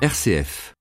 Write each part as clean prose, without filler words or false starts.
RCF.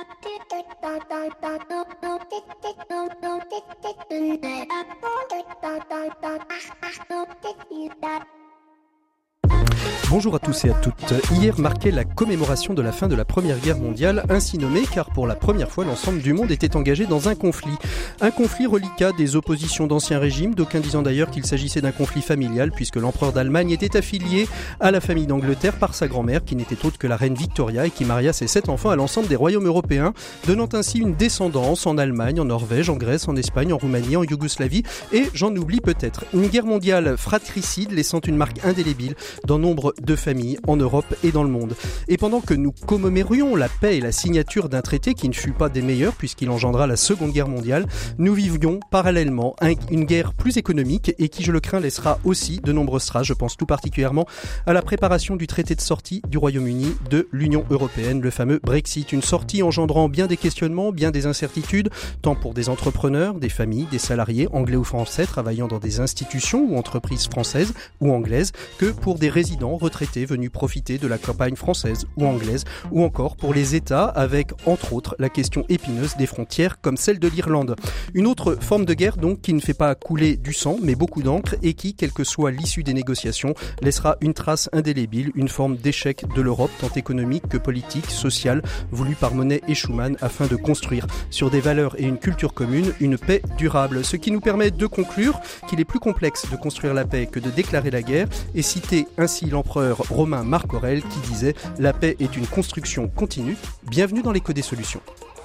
Bonjour à tous et à toutes. Hier marquait la commémoration de la fin de la Première Guerre mondiale, ainsi nommée car pour la première fois l'ensemble du monde était engagé dans un conflit. Un conflit reliquat des oppositions d'anciens régimes, d'aucuns disant d'ailleurs qu'il s'agissait d'un conflit familial puisque l'empereur d'Allemagne était affilié à la famille d'Angleterre par sa grand-mère qui n'était autre que la reine Victoria et qui maria ses 7 enfants à l'ensemble des royaumes européens, donnant ainsi une descendance en Allemagne, en Norvège, en Grèce, en Espagne, en Roumanie, en Yougoslavie et j'en oublie peut-être. Une guerre mondiale fratricide laissant une marque indélébile dans nombre de familles en Europe et dans le monde. Et pendant que nous commémorions la paix et la signature d'un traité qui ne fut pas des meilleurs puisqu'il engendra la Seconde Guerre mondiale, nous vivions parallèlement une guerre plus économique et qui, je le crains, laissera aussi de nombreuses traces. Je pense tout particulièrement à la préparation du traité de sortie du Royaume-Uni de l'Union européenne, le fameux Brexit. Une sortie engendrant bien des questionnements, bien des incertitudes, tant pour des entrepreneurs, des familles, des salariés, anglais ou français, travaillant dans des institutions ou entreprises françaises ou anglaises, que pour des résidents retraités venus profiter de la campagne française ou anglaise, ou encore pour les États avec, entre autres, la question épineuse des frontières comme celle de l'Irlande. Une autre forme de guerre donc qui ne fait pas couler du sang mais beaucoup d'encre et qui, quelle que soit l'issue des négociations, laissera une trace indélébile, une forme d'échec de l'Europe tant économique que politique, sociale, voulue par Monnet et Schuman afin de construire sur des valeurs et une culture commune une paix durable. Ce qui nous permet de conclure qu'il est plus complexe de construire la paix que de déclarer la guerre et citer ainsi l'empereur romain Marc Aurèle qui disait « La paix est une construction continue ». Bienvenue dans l'écho des solutions.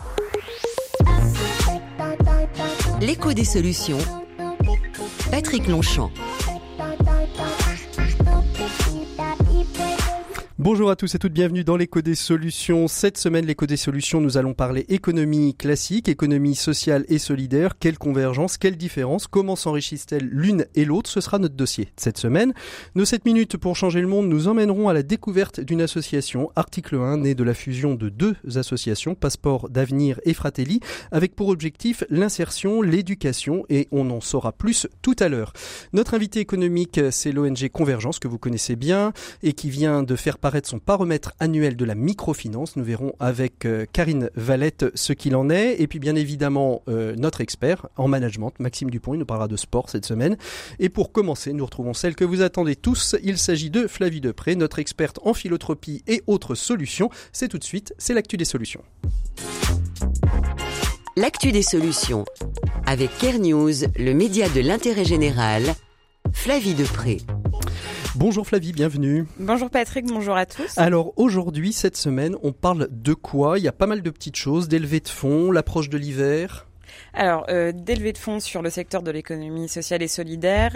L'écho des solutions. Patrick Longchamp. Bonjour à tous et toutes, bienvenue dans l'écho des solutions. Cette semaine, l'écho des solutions, nous allons parler économie classique, économie sociale et solidaire. Quelle convergence, quelle différence, comment s'enrichissent-elles l'une et l'autre? Ce sera notre dossier cette semaine. Nos 7 minutes pour changer le monde nous emmèneront à la découverte d'une association, Article 1, née de la fusion de 2 associations, Passeport d'Avenir et Fratelli, avec pour objectif l'insertion, l'éducation et on en saura plus tout à l'heure. Notre invité économique, c'est l'ONG Convergence que vous connaissez bien et qui vient de faire paraître son baromètre annuel de la microfinance. Nous verrons avec Karine Valette ce qu'il en est. Et puis bien évidemment, notre expert en management, Maxime Dupont, il nous parlera de sport cette semaine. Et pour commencer, nous retrouvons celle que vous attendez tous. Il s'agit de Flavie Depré, notre experte en philotropie et autres solutions. C'est tout de suite, c'est l'actu des solutions. L'actu des solutions. Avec Care News, le média de l'intérêt général, Flavie Depré. Bonjour Flavie, bienvenue. Bonjour Patrick, bonjour à tous. Alors aujourd'hui, cette semaine, on parle de quoi? Il y a pas mal de petites choses, des levées de fonds, l'approche de l'hiver. Alors, des levées de fonds sur le secteur de l'économie sociale et solidaire.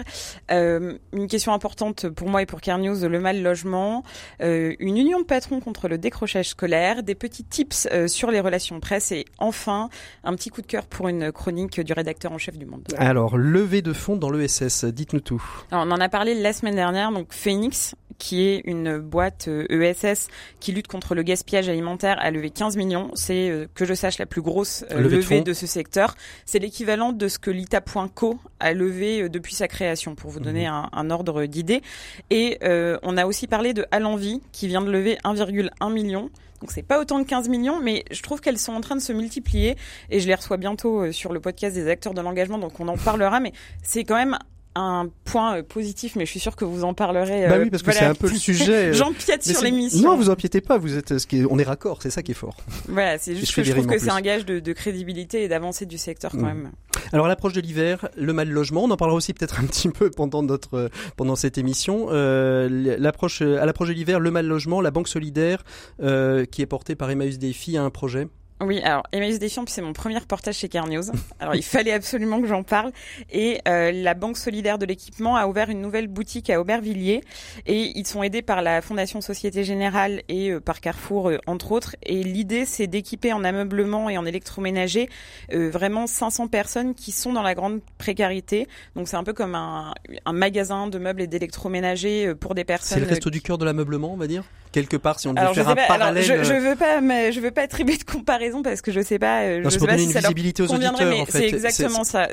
Une question importante pour moi et pour Care News, le mal logement. Une union de patrons contre le décrochage scolaire. Des petits tips sur les relations presse. Et enfin, un petit coup de cœur pour une chronique du rédacteur en chef du Monde. Alors, levée de fonds dans l'ESS, dites-nous tout. Alors, on en a parlé la semaine dernière. Donc, Phoenix, qui est une boîte ESS qui lutte contre le gaspillage alimentaire, a levé 15 millions. C'est, que je sache, la plus grosse levée de ce secteur. C'est l'équivalent de ce que l'ITA.co a levé depuis sa création, pour vous donner un ordre d'idée. Et on a aussi parlé de Allenvie, qui vient de lever 1,1 million. Donc c'est pas autant de 15 millions, mais je trouve qu'elles sont en train de se multiplier. Et je les reçois bientôt sur le podcast des acteurs de l'engagement, donc on en parlera. Mais c'est quand même un point positif, mais je suis sûre que vous en parlerez. Bah oui, parce que c'est un peu le sujet. J'empiète sur l'émission. Non, vous empiétez pas. Vous êtes, on est raccord. C'est ça qui est fort. Voilà, c'est juste que je trouve que c'est un gage de crédibilité et d'avancée du secteur quand même. Alors à l'approche de l'hiver, le mal logement, on en parlera aussi peut-être un petit peu pendant cette émission. À l'approche de l'hiver, le mal logement, la Banque Solidaire, qui est portée par Emmaüs Défi, a un projet. Oui, alors Emmaüs Défi, c'est mon premier reportage chez Care News. Alors il fallait absolument que j'en parle. Et la Banque Solidaire de l'Équipement a ouvert une nouvelle boutique à Aubervilliers. Et ils sont aidés par la Fondation Société Générale et par Carrefour, entre autres. Et l'idée, c'est d'équiper en ameublement et en électroménager vraiment 500 personnes qui sont dans la grande précarité. Donc c'est un peu comme un magasin de meubles et d'électroménager pour des personnes... C'est le resto du cœur de l'ameublement, on va dire, quelque part, si on devait faire un parallèle. Je veux pas attribuer de comparaison raison parce que je sais pas. Non, c'est pour donner une visibilité aux auditeurs. En fait, c'est exactement ça.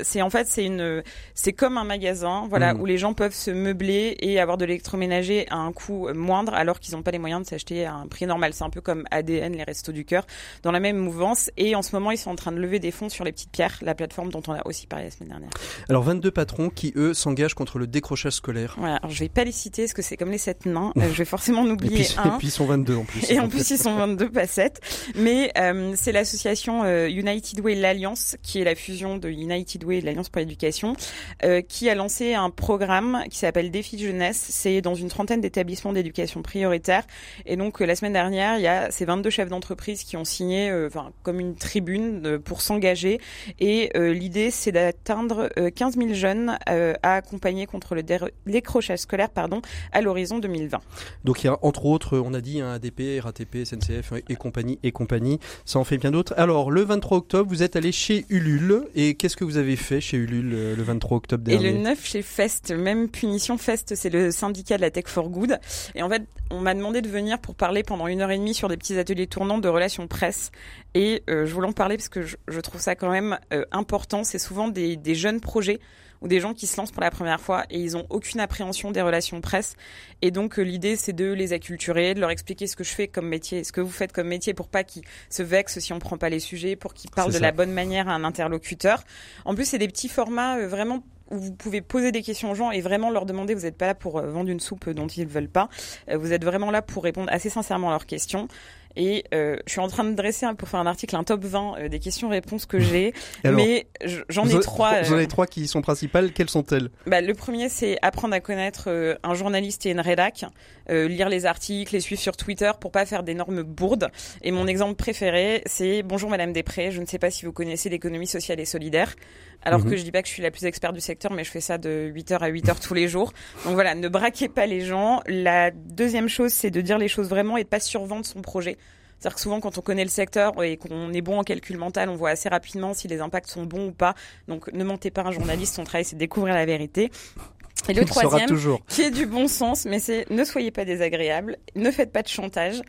C'est comme un magasin, voilà, où les gens peuvent se meubler et avoir de l'électroménager à un coût moindre, alors qu'ils n'ont pas les moyens de s'acheter à un prix normal. C'est un peu comme ADN, les Restos du Cœur, dans la même mouvance. Et en ce moment, ils sont en train de lever des fonds sur les petites pierres, la plateforme dont on a aussi parlé la semaine dernière. Alors 22 patrons qui eux s'engagent contre le décrochage scolaire. Voilà, alors, je vais pas les citer parce que c'est comme les 7 nains. Je vais forcément en oublier un. Et puis ils sont 22 en plus. Et en plus ils sont 22, pas 7. Mais c'est l'association United Way l'Alliance, qui est la fusion de United Way et de l'Alliance pour l'éducation, qui a lancé un programme qui s'appelle Défi Jeunesse. C'est dans une trentaine d'établissements d'éducation prioritaire. Et donc la semaine dernière, il y a ces 22 chefs d'entreprise qui ont signé comme une tribune pour s'engager. Et l'idée, c'est d'atteindre 15 000 jeunes à accompagner contre le décrochage scolaire à l'horizon 2020. Donc il y a entre autres, on a dit, ADP, RATP, SNCF et compagnie. Ça en fait bien d'autres. Alors le 23 octobre, vous êtes allé chez Ulule. Et qu'est-ce que vous avez fait chez Ulule le 23 octobre dernier? Et le 9 chez Fest, même punition. Fest, c'est le syndicat de la Tech for Good. Et en fait, on m'a demandé de venir pour parler pendant 1h30 sur des petits ateliers tournants de relations presse. Et je voulais en parler parce que je trouve ça quand même important. C'est souvent des jeunes projets ou des gens qui se lancent pour la première fois et ils ont aucune appréhension des relations presse. Et donc l'idée, c'est de les acculturer, de leur expliquer ce que je fais comme métier, ce que vous faites comme métier pour pas qu'ils se vexent si on prend pas les sujets, pour qu'ils parlent de la bonne manière à un interlocuteur. En plus, c'est des petits formats vraiment où vous pouvez poser des questions aux gens et vraiment leur demander, vous n'êtes pas là pour vendre une soupe dont ils ne veulent pas, vous êtes vraiment là pour répondre assez sincèrement à leurs questions. Et je suis en train de dresser pour faire un article, un top 20 des questions-réponses que j'ai. Alors, mais j'en ai 3. J'en ai 3 qui sont principales. Quelles sont-elles? Le premier, c'est apprendre à connaître un journaliste et une rédac, lire les articles, les suivre sur Twitter pour pas faire d'énormes bourdes. Et mon exemple préféré, c'est bonjour Madame Després, je ne sais pas si vous connaissez l'économie sociale et solidaire. Alors que je dis pas que je suis la plus experte du secteur, mais je fais ça de 8h à 8h tous les jours. Donc voilà, ne braquez pas les gens. La deuxième chose, c'est de dire les choses vraiment et de pas survendre son projet. C'est-à-dire que souvent, quand on connaît le secteur et qu'on est bon en calcul mental, on voit assez rapidement si les impacts sont bons ou pas. Donc ne mentez pas à un journaliste, son travail c'est de découvrir la vérité. Et le troisième, qui est du bon sens, mais c'est ne soyez pas désagréable, ne faites pas de chantage.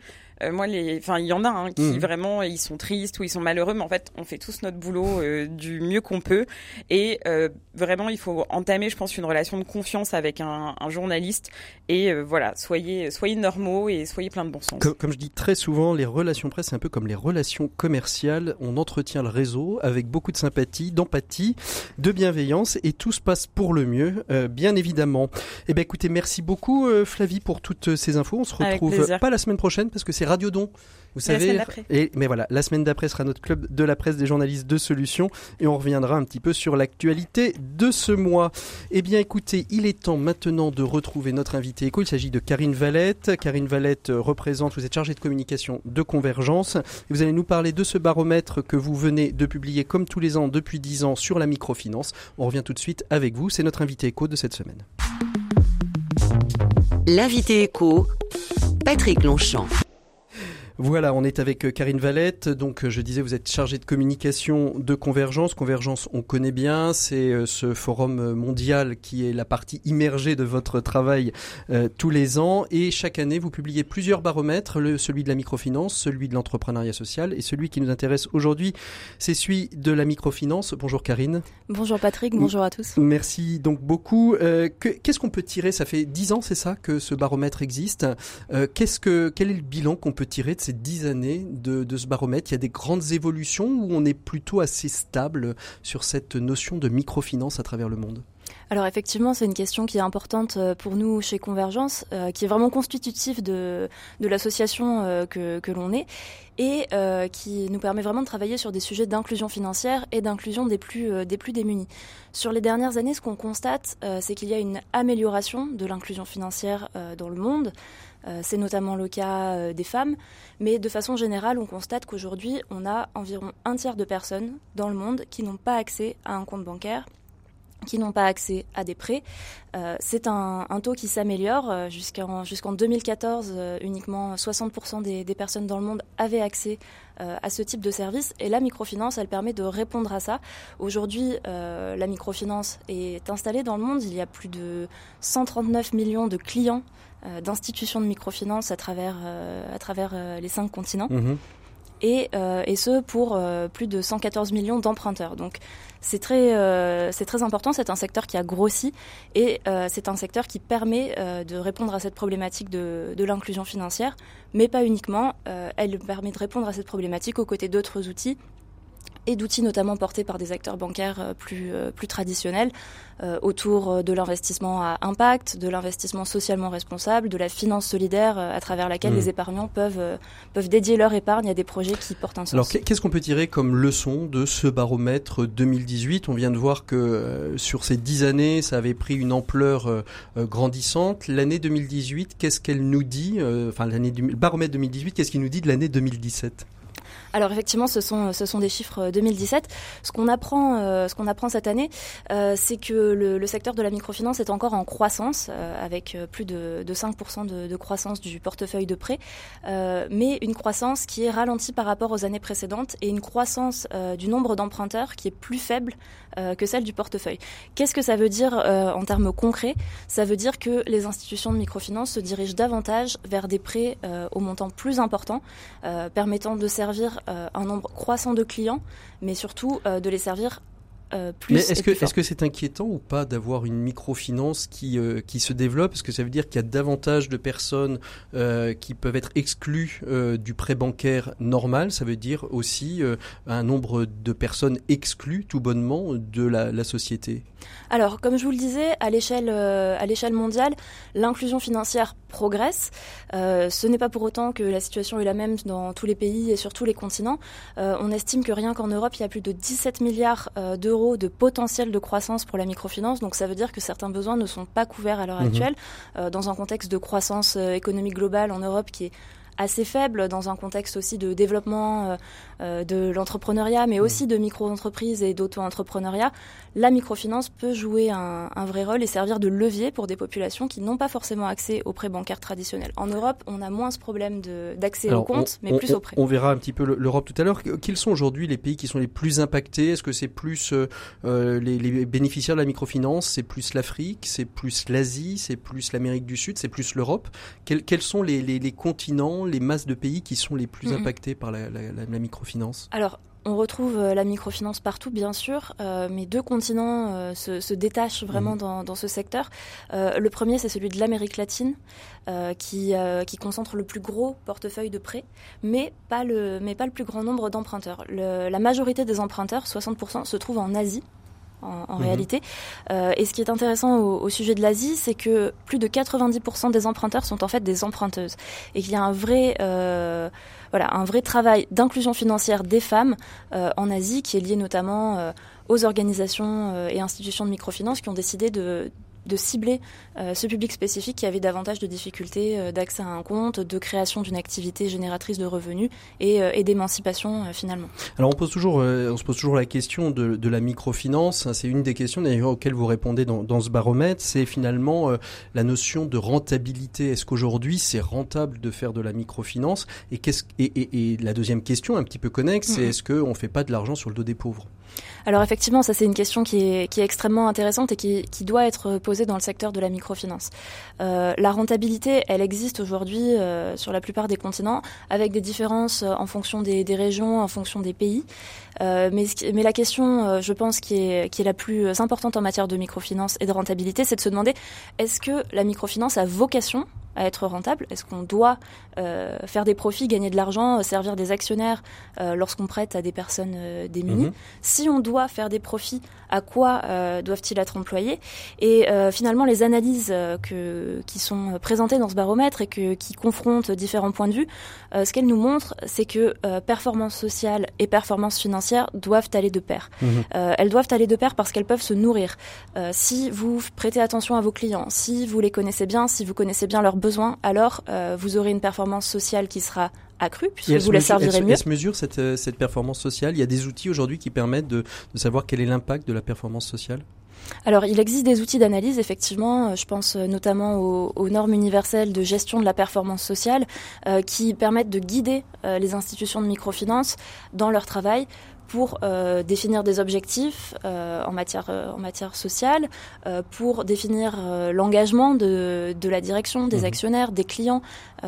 Il y en a qui vraiment ils sont tristes ou ils sont malheureux, mais en fait on fait tous notre boulot du mieux qu'on peut et vraiment il faut entamer, je pense, une relation de confiance avec un journaliste et soyez normaux et soyez plein de bon sens. Comme je dis très souvent, les relations presse c'est un peu comme les relations commerciales, on entretient le réseau avec beaucoup de sympathie, d'empathie, de bienveillance et tout se passe pour le mieux, bien évidemment. Eh bien écoutez, merci beaucoup Flavie pour toutes ces infos. On se retrouve pas la semaine prochaine parce que c'est Radio Don, vous savez. Mais voilà, la semaine d'après sera notre club de la presse des journalistes de Solutions et on reviendra un petit peu sur l'actualité de ce mois. Eh bien, écoutez, il est temps maintenant de retrouver notre invité éco. Il s'agit de Karine Valette. Karine Valette représente, vous êtes chargée de communication de Convergence. Et vous allez nous parler de ce baromètre que vous venez de publier comme tous les ans depuis 10 ans sur la microfinance. On revient tout de suite avec vous. C'est notre invité éco de cette semaine. L'invité éco, Patrick Longchamp. Voilà, on est avec Karine Valette. Donc, je disais, vous êtes chargée de communication de Convergence. Convergence, on connaît bien. C'est ce forum mondial qui est la partie immergée de votre travail tous les ans. Et chaque année, vous publiez plusieurs baromètres. Celui de la microfinance, celui de l'entrepreneuriat social et celui qui nous intéresse aujourd'hui, c'est celui de la microfinance. Bonjour Karine. Bonjour Patrick, bonjour à tous. Merci donc beaucoup. Qu'est-ce qu'on peut tirer? Ça fait 10 ans, c'est ça, que ce baromètre existe. Quel est le bilan qu'on peut tirer de ces 10 années de ce baromètre? Il y a des grandes évolutions ou on est plutôt assez stable sur cette notion de microfinance à travers le monde? Alors effectivement, c'est une question qui est importante pour nous chez Convergence, qui est vraiment constitutive de l'association que l'on est et qui nous permet vraiment de travailler sur des sujets d'inclusion financière et d'inclusion des plus démunis. Sur les dernières années, ce qu'on constate, c'est qu'il y a une amélioration de l'inclusion financière dans le monde. C'est notamment le cas des femmes, mais de façon générale, on constate qu'aujourd'hui, on a environ un tiers de personnes dans le monde qui n'ont pas accès à un compte bancaire, qui n'ont pas accès à des prêts. C'est un taux qui s'améliore. Jusqu'en 2014, uniquement 60% des personnes dans le monde avaient accès à ce type de service. Et la microfinance, elle permet de répondre à ça. Aujourd'hui, la microfinance est installée dans le monde. Il y a plus de 139 millions de clients d'institutions de microfinance à travers les 5 continents. et ce pour plus de 114 millions d'emprunteurs. Donc c'est très important, c'est un secteur qui a grossi et c'est un secteur qui permet de répondre à cette problématique de l'inclusion financière, mais pas uniquement, elle permet de répondre à cette problématique aux côtés d'autres outils et d'outils notamment portés par des acteurs bancaires plus traditionnels autour de l'investissement à impact, de l'investissement socialement responsable, de la finance solidaire à travers laquelle les épargnants peuvent dédier leur épargne à des projets qui portent un sens. Alors qu'est-ce qu'on peut tirer comme leçon de ce baromètre 2018 ? On vient de voir que sur ces 10 années, ça avait pris une ampleur grandissante. L'année 2018, qu'est-ce qu'elle nous dit le baromètre 2018, qu'est-ce qu'il nous dit de l'année 2017 ? Alors effectivement, ce sont des chiffres 2017. Ce qu'on apprend cette année, c'est que le secteur de la microfinance est encore en croissance, avec plus de 5% de croissance du portefeuille de prêts, mais une croissance qui est ralentie par rapport aux années précédentes et une croissance du nombre d'emprunteurs qui est plus faible que celle du portefeuille. Qu'est-ce que ça veut dire en termes concrets ? Ça veut dire que les institutions de microfinance se dirigent davantage vers des prêts au montant plus important, permettant de servir un nombre croissant de clients, mais surtout de les servir plus. Mais est-ce que c'est inquiétant ou pas d'avoir une microfinance qui se développe ? Est-ce que ça veut dire qu'il y a davantage de personnes qui peuvent être exclues du prêt bancaire normal ? Ça veut dire aussi un nombre de personnes exclues tout bonnement de la société ? Alors, comme je vous le disais, à l'échelle mondiale, l'inclusion financière progresse. Ce n'est pas pour autant que la situation est la même dans tous les pays et sur tous les continents. On estime que rien qu'en Europe, il y a plus de 17 milliards d'euros de potentiel de croissance pour la microfinance. Donc ça veut dire que certains besoins ne sont pas couverts à l'heure actuelle, dans un contexte de croissance économique globale en Europe qui est assez faible, dans un contexte aussi de développement de l'entrepreneuriat, mais aussi de micro-entreprises et d'auto-entrepreneuriat. La microfinance peut jouer un vrai rôle et servir de levier pour des populations qui n'ont pas forcément accès aux prêts bancaires traditionnels. En Europe, on a moins ce problème d'accès aux comptes, mais plus aux prêts. On verra un petit peu l'Europe tout à l'heure. Quels sont aujourd'hui les pays qui sont les plus impactés ? Est-ce que c'est plus les bénéficiaires de la microfinance ? C'est plus l'Afrique ? C'est plus l'Asie ? C'est plus l'Amérique du Sud ? C'est plus l'Europe ? Quels sont les continents, les masses de pays qui sont les plus impactés par la microfinance ? Alors, on retrouve la microfinance partout, bien sûr, mais deux continents se détachent vraiment dans ce secteur. Le premier, c'est celui de l'Amérique latine, qui concentre le plus gros portefeuille de prêts, mais pas le plus grand nombre d'emprunteurs. La majorité des emprunteurs, 60%, se trouvent en Asie. En réalité. Et ce qui est intéressant au sujet de l'Asie, c'est que plus de 90% des emprunteurs sont en fait des emprunteuses. Et qu'il y a un vrai travail d'inclusion financière des femmes en Asie, qui est lié notamment aux organisations et institutions de microfinance qui ont décidé de cibler ce public spécifique qui avait davantage de difficultés d'accès à un compte, de création d'une activité génératrice de revenus et d'émancipation finalement. Alors on se pose toujours la question de la microfinance. C'est une des questions d'ailleurs auxquelles vous répondez dans ce baromètre. C'est finalement la notion de rentabilité. Est-ce qu'aujourd'hui c'est rentable de faire de la microfinance ? Et la deuxième question un petit peu connexe, c'est est-ce qu'on ne fait pas de l'argent sur le dos des pauvres ? Alors effectivement, ça c'est une question qui est extrêmement intéressante et qui doit être posée dans le secteur de la microfinance. La rentabilité, elle existe aujourd'hui sur la plupart des continents, avec des différences en fonction des régions, en fonction des pays. Mais la question, je pense, qui est la plus importante en matière de microfinance et de rentabilité, c'est de se demander, est-ce que la microfinance a vocation à être rentable ? Est-ce qu'on doit faire des profits, gagner de l'argent, servir des actionnaires lorsqu'on prête à des personnes démunies ? Si on doit faire des profits, à quoi doivent-ils être employés ? Et finalement, les analyses qui sont présentées dans ce baromètre et qui confrontent différents points de vue, ce qu'elles nous montrent, c'est que performance sociale et performance financière doivent aller de pair. Elles doivent aller de pair parce qu'elles peuvent se nourrir. Si vous prêtez attention à vos clients, si vous les connaissez bien, si vous connaissez bien leurs besoins, alors vous aurez une performance sociale qui sera accrue, puisque vous la servirez mieux. Elle se mesure cette performance sociale ? Il y a des outils aujourd'hui qui permettent de savoir quel est l'impact de la performance sociale ? Alors, il existe des outils d'analyse, effectivement. Je pense notamment aux normes universelles de gestion de la performance sociale qui permettent de guider les institutions de microfinance dans leur travail pour définir des objectifs en matière sociale, pour définir l'engagement de la direction, des actionnaires, des clients,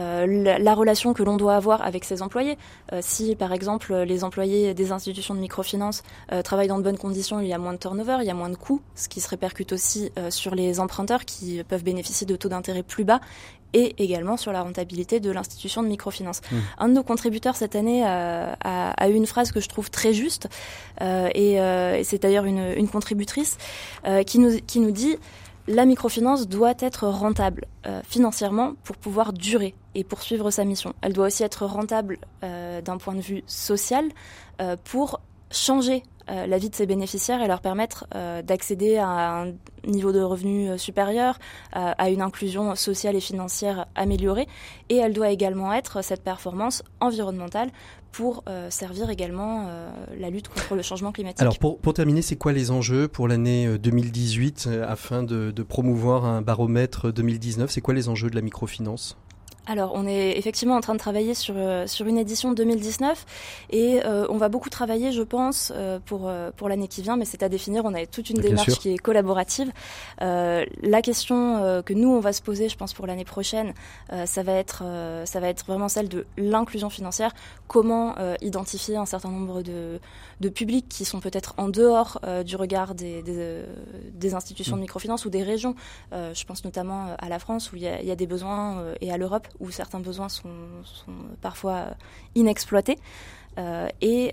la relation que l'on doit avoir avec ses employés. Si, par exemple, les employés des institutions de microfinance travaillent dans de bonnes conditions, il y a moins de turnover, il y a moins de coûts, ce qui se répercute aussi sur les emprunteurs qui peuvent bénéficier de taux d'intérêt plus bas, et également sur la rentabilité de l'institution de microfinance. Un de nos contributeurs cette année a eu une phrase que je trouve très juste, et c'est d'ailleurs une contributrice qui nous dit: la microfinance doit être rentable financièrement pour pouvoir durer et poursuivre sa mission. Elle doit aussi être rentable d'un point de vue social pour changer la vie de ses bénéficiaires et leur permettre d'accéder à un niveau de revenu supérieur, à une inclusion sociale et financière améliorée. Et elle doit également être cette performance environnementale pour servir également la lutte contre le changement climatique. Alors pour terminer, c'est quoi les enjeux pour l'année 2018 afin de promouvoir un baromètre 2019 ? C'est quoi les enjeux de la microfinance ? Alors, on est effectivement en train de travailler sur une édition 2019 et on va beaucoup travailler, je pense, pour l'année qui vient, mais c'est à définir. On a toute une démarche qui est collaborative. La question que nous, on va se poser, je pense, pour l'année prochaine, ça va être vraiment celle de l'inclusion financière. Comment identifier un certain nombre de publics qui sont peut-être en dehors du regard des institutions de microfinance ou des régions. Je pense notamment à la France où il y a des besoins et à l'Europe où certains besoins sont parfois inexploités. Et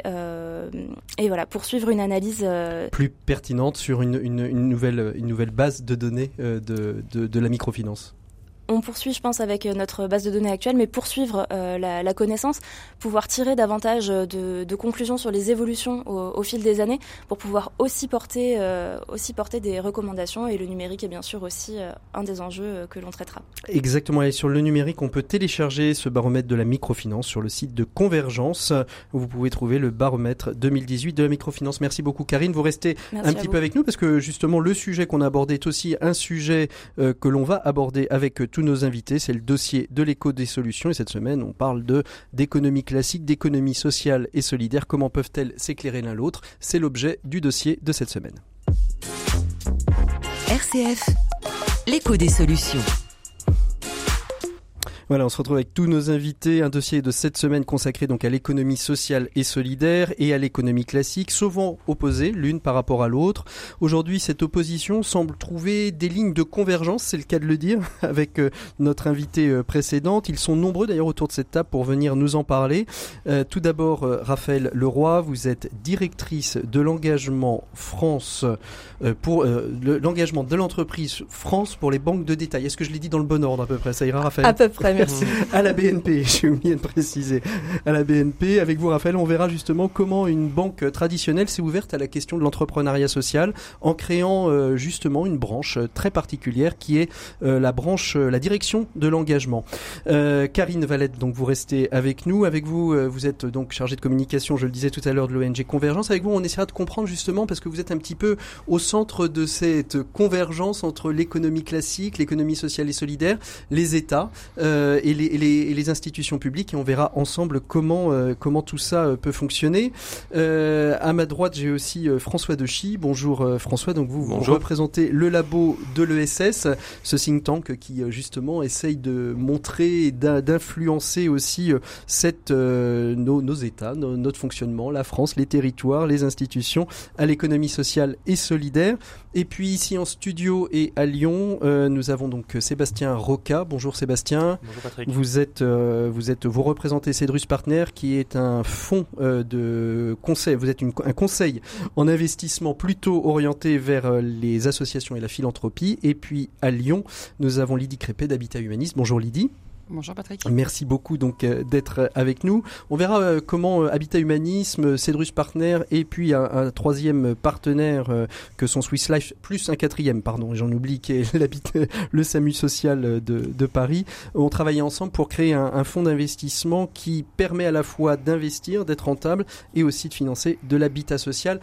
voilà, poursuivre une analyse plus pertinente sur une nouvelle base de données de la microfinance. On poursuit, je pense, avec notre base de données actuelle, mais poursuivre la connaissance, pouvoir tirer davantage de conclusions sur les évolutions au fil des années pour pouvoir aussi porter des recommandations. Et le numérique est bien sûr aussi un des enjeux que l'on traitera. Exactement. Et sur le numérique, on peut télécharger ce baromètre de la microfinance sur le site de Convergence, où vous pouvez trouver le baromètre 2018 de la microfinance. Merci beaucoup, Karine. Vous restez un petit peu avec nous parce que justement, le sujet qu'on a abordé est aussi un sujet que l'on va aborder avec tous nos invités. C'est le dossier de l'écho des solutions et cette semaine on parle d'économie classique, d'économie sociale et solidaire. Comment peuvent-elles s'éclairer l'un l'autre ? C'est l'objet du dossier de cette semaine. RCF, l'écho des solutions. Voilà, on se retrouve avec tous nos invités. Un dossier de cette semaine consacré donc à l'économie sociale et solidaire et à l'économie classique, souvent opposées l'une par rapport à l'autre. Aujourd'hui, cette opposition semble trouver des lignes de convergence, c'est le cas de le dire, avec notre invité précédente. Ils sont nombreux d'ailleurs autour de cette table pour venir nous en parler. Tout d'abord, Raphaël Leroy, vous êtes directrice de l'engagement France pour l'engagement de l'entreprise France pour les banques de détail. Est-ce que je l'ai dit dans le bon ordre à peu près ? Ça ira, Raphaël ? À peu près, merci. À la BNP, j'ai oublié de préciser. À la BNP, avec vous, Raphaël, on verra justement comment une banque traditionnelle s'est ouverte à la question de l'entrepreneuriat social en créant justement une branche très particulière qui est la direction de l'engagement. Karine Valette, donc vous restez avec nous. Avec vous, vous êtes donc chargée de communication, je le disais tout à l'heure, de l'ONG Convergence. Avec vous, on essaiera de comprendre justement, parce que vous êtes un petit peu au centre de cette convergence entre l'économie classique, l'économie sociale et solidaire, les États et les institutions publiques, et on verra ensemble comment tout ça peut fonctionner. À ma droite, j'ai aussi François Dechy. Bonjour François, donc vous représentez le labo de l'ESS, ce think tank qui justement essaye de montrer et d'influencer aussi nos États, notre fonctionnement, la France, les territoires, les institutions, à l'économie sociale et solidaire. Et puis ici en studio et à Lyon, nous avons donc Sébastien Roca. Bonjour Sébastien. Bonjour Patrick. Vous représentez Cedrus Partners, qui est un fonds de conseil. Vous êtes un conseil en investissement plutôt orienté vers les associations et la philanthropie. Et puis à Lyon, nous avons Lydie Crépet d'Habitat Humanisme. Bonjour Lydie. Bonjour Patrick. Merci beaucoup donc d'être avec nous. On verra comment Habitat Humanisme, Cedrus Partners et puis un troisième partenaire que sont Swiss Life, plus un quatrième, pardon, j'en oublie, qui est le SAMU social de Paris, ont travaillé ensemble pour créer un fonds d'investissement qui permet à la fois d'investir, d'être rentable et aussi de financer de l'habitat social.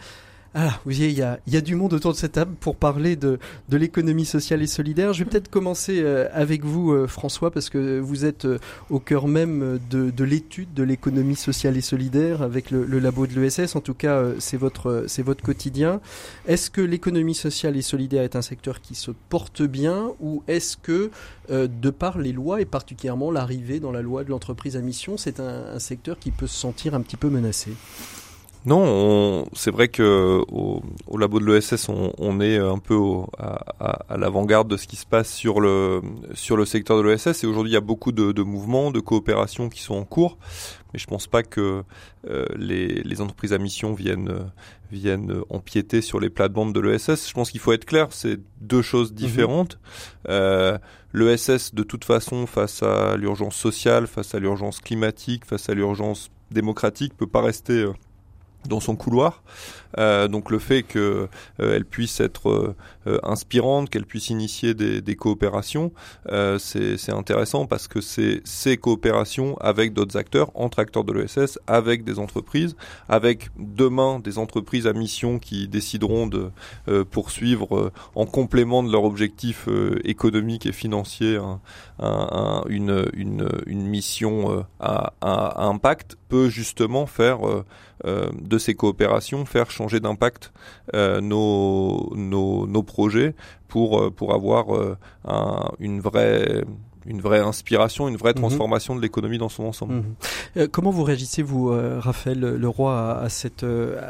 Ah, vous voyez, il y a du monde autour de cette table pour parler de l'économie sociale et solidaire. Je vais peut-être commencer avec vous, François, parce que vous êtes au cœur même de l'étude de l'économie sociale et solidaire avec le labo de l'ESS. En tout cas, c'est votre quotidien. Est-ce que l'économie sociale et solidaire est un secteur qui se porte bien, ou est-ce que, de par les lois et particulièrement l'arrivée dans la loi de l'entreprise à mission, c'est un secteur qui peut se sentir un petit peu menacé ? Non, c'est vrai que au labo de l'ESS, on est un peu à l'avant-garde de ce qui se passe sur le secteur de l'ESS. Et aujourd'hui, il y a beaucoup de mouvements, de coopérations qui sont en cours. Mais je pense pas que les entreprises à mission viennent empiéter sur les plates-bandes de l'ESS. Je pense qu'il faut être clair, c'est deux choses différentes. L'ESS, de toute façon, face à l'urgence sociale, face à l'urgence climatique, face à l'urgence démocratique, peut pas rester dans son couloir. Donc le fait qu'elle puisse être inspirante, qu'elle puisse initier des coopérations, c'est intéressant parce que c'est ces coopérations avec d'autres acteurs, entre acteurs de l'ESS, avec des entreprises, avec demain des entreprises à mission qui décideront de poursuivre en complément de leur objectif économique et financier une mission à impact, peut justement faire de ces coopérations, faire changer d'impact nos projets pour avoir une vraie inspiration, une vraie transformation de l'économie dans son ensemble. Comment vous réagissez, vous, Raphaël Leroy, à cette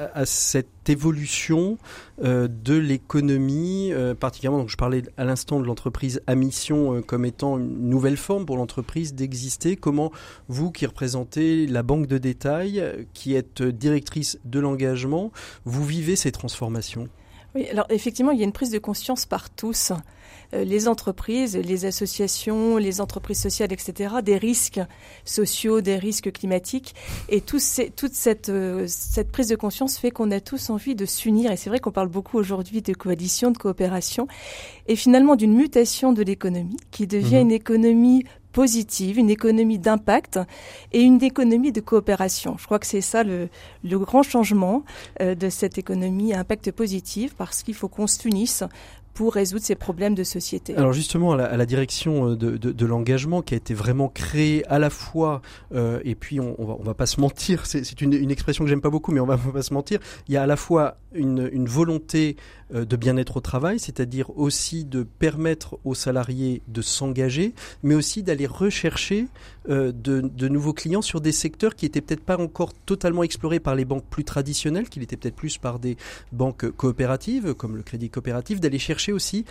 évolution de l'économie, particulièrement, donc je parlais à l'instant de l'entreprise à mission comme étant une nouvelle forme pour l'entreprise d'exister. Comment vous, qui représentez la banque de détail, qui êtes directrice de l'engagement, vous vivez ces transformations ? Oui, alors effectivement, il y a une prise de conscience par tous, les entreprises, les associations, les entreprises sociales, etc., des risques sociaux, des risques climatiques, et toute cette prise de conscience fait qu'on a tous envie de s'unir, et c'est vrai qu'on parle beaucoup aujourd'hui de coalition, de coopération, et finalement d'une mutation de l'économie qui devient une économie positive, une économie d'impact et une économie de coopération. Je crois que c'est ça le grand changement de cette économie à impact positif, parce qu'il faut qu'on s'unisse pour résoudre ces problèmes de société. Alors justement, à la direction de l'engagement qui a été vraiment créée à la fois, et puis on va pas se mentir, c'est une expression que j'aime pas beaucoup, mais on va pas se mentir, il y a à la fois une volonté de bien-être au travail, c'est-à-dire aussi de permettre aux salariés de s'engager, mais aussi d'aller rechercher de nouveaux clients sur des secteurs qui étaient peut-être pas encore totalement explorés par les banques plus traditionnelles, qui l'étaient peut-être plus par des banques coopératives, comme le crédit coopératif, d'aller chercher aussi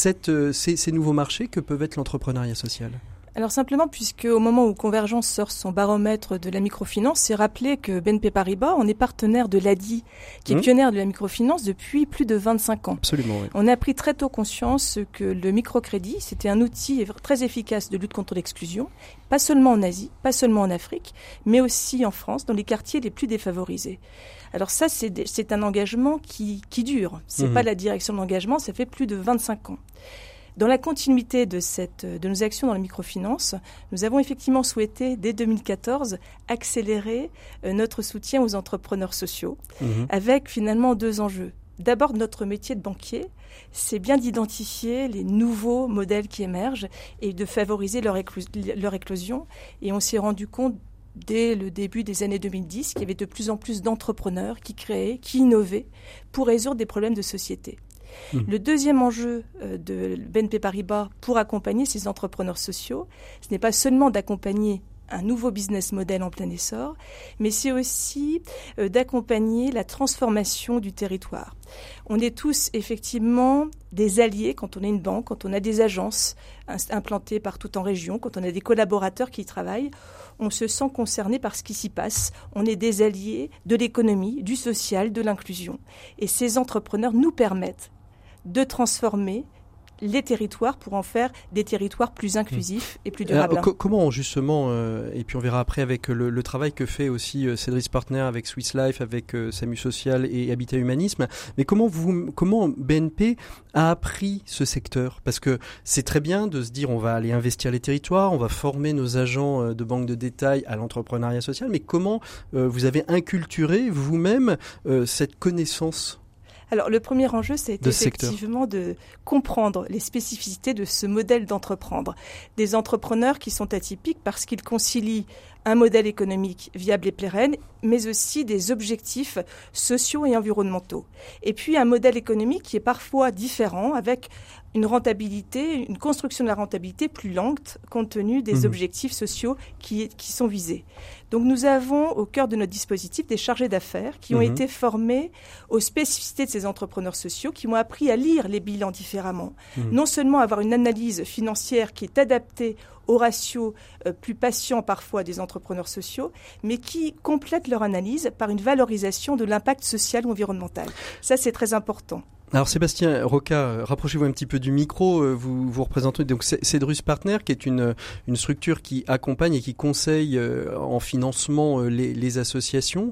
ces nouveaux marchés que peuvent être l'entrepreneuriat social. Alors simplement, puisque au moment où Convergence sort son baromètre de la microfinance, c'est rappelé que BNP Paribas, on est partenaire de l'ADI, qui est pionnière de la microfinance depuis plus de 25 ans. Absolument, oui. On a pris très tôt conscience que le microcrédit, c'était un outil très efficace de lutte contre l'exclusion, pas seulement en Asie, pas seulement en Afrique, mais aussi en France, dans les quartiers les plus défavorisés. Alors ça, c'est un engagement qui dure. C'est pas la direction de l'engagement, ça fait plus de 25 ans. Dans la continuité de nos actions dans la microfinance, nous avons effectivement souhaité, dès 2014, accélérer notre soutien aux entrepreneurs sociaux, avec finalement deux enjeux. D'abord, notre métier de banquier, c'est bien d'identifier les nouveaux modèles qui émergent et de favoriser leur éclosion. Et on s'est rendu compte, dès le début des années 2010, qu'il y avait de plus en plus d'entrepreneurs qui créaient, qui innovaient pour résoudre des problèmes de société. Le deuxième enjeu de BNP Paribas pour accompagner ces entrepreneurs sociaux, ce n'est pas seulement d'accompagner un nouveau business model en plein essor, mais c'est aussi d'accompagner la transformation du territoire. On est tous effectivement des alliés quand on est une banque, quand on a des agences implantées partout en région, quand on a des collaborateurs qui y travaillent. On se sent concerné par ce qui s'y passe. On est des alliés de l'économie, du social, de l'inclusion. Et ces entrepreneurs nous permettent de transformer les territoires pour en faire des territoires plus inclusifs et plus durables. Comment justement, et puis on verra après avec le travail que fait aussi Cedric Partner avec Swiss Life, avec SAMU Social et Habitat Humanisme, mais comment BNP a appris ce secteur? Parce que c'est très bien de se dire on va aller investir les territoires, on va former nos agents de banque de détail à l'entrepreneuriat social, mais comment vous avez inculturé vous-même cette connaissance Alors, le premier enjeu, c'est effectivement de comprendre les spécificités de ce modèle d'entreprendre. Des entrepreneurs qui sont atypiques parce qu'ils concilient un modèle économique viable et pérenne, mais aussi des objectifs sociaux et environnementaux. Et puis, un modèle économique qui est parfois différent, avec une rentabilité, une construction de la rentabilité plus lente, compte tenu des objectifs sociaux qui sont visés. Donc, nous avons au cœur de notre dispositif des chargés d'affaires qui ont été formés aux spécificités de ces entrepreneurs sociaux, qui ont appris à lire les bilans différemment. Non seulement avoir une analyse financière qui est adaptée aux ratios plus patients parfois des entrepreneurs sociaux, mais qui complètent leur analyse par une valorisation de l'impact social ou environnemental. Ça, c'est très important. Alors Sébastien Roca, rapprochez-vous un petit peu du micro. Vous représentez donc Cedrus Partners, qui est une structure qui accompagne et qui conseille en financement les associations.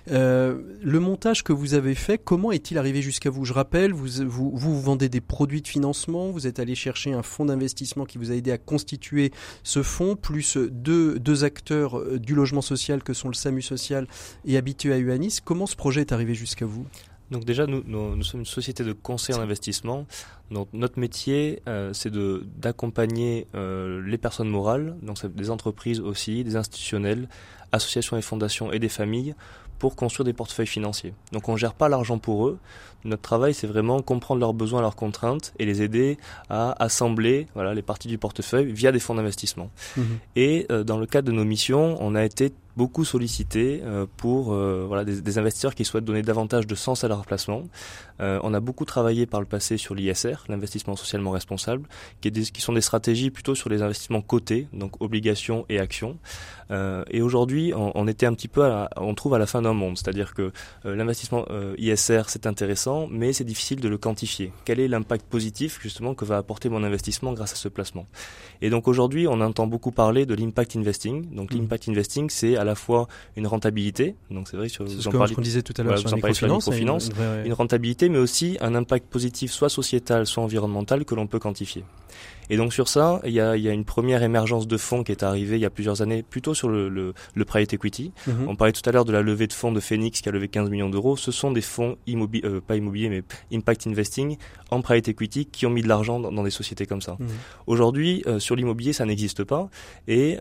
Le montage que vous avez fait, comment est-il arrivé jusqu'à vous ? Je rappelle, vous vendez des produits de financement, vous êtes allé chercher un fonds d'investissement qui vous a aidé à constituer ce fonds, plus deux acteurs du logement social que sont le SAMU Social et Habitua Humanis. Comment ce projet est arrivé jusqu'à vous ? Donc déjà, nous sommes une société de conseil en investissement. Donc notre métier, c'est d'accompagner les personnes morales, donc des entreprises aussi, des institutionnels, associations et fondations et des familles, pour construire des portefeuilles financiers. Donc on ne gère pas l'argent pour eux. Notre travail, c'est vraiment comprendre leurs besoins, leurs contraintes et les aider à assembler les parties du portefeuille via des fonds d'investissement. Et dans le cadre de nos missions, on a été beaucoup sollicité pour des investisseurs qui souhaitent donner davantage de sens à leur placement. On a beaucoup travaillé par le passé sur l'ISR, l'investissement socialement responsable, qui sont des stratégies plutôt sur les investissements cotés, donc obligations et actions. Et aujourd'hui, on était un petit peu, on trouve à la fin d'un monde, c'est-à-dire que l'investissement ISR, c'est intéressant, mais c'est difficile de le quantifier. Quel est l'impact positif justement que va apporter mon investissement grâce à ce placement ? Et donc aujourd'hui, on entend beaucoup parler de l'impact investing. Donc l'impact investing, c'est à la fois une rentabilité, donc c'est vrai sur ce qu'on disait tout à l'heure sur la microfinance, une rentabilité, mais aussi un impact positif, soit sociétal, soit environnemental, que l'on peut quantifier. Et donc sur ça, il y a une première émergence de fonds qui est arrivée il y a plusieurs années, plutôt sur le private equity. On parlait tout à l'heure de la levée de fonds de Phoenix qui a levé 15 millions d'euros. Ce sont des fonds pas immobiliers, mais impact investing en private equity qui ont mis de l'argent dans des sociétés comme ça. Aujourd'hui, sur l'immobilier, ça n'existe pas. Et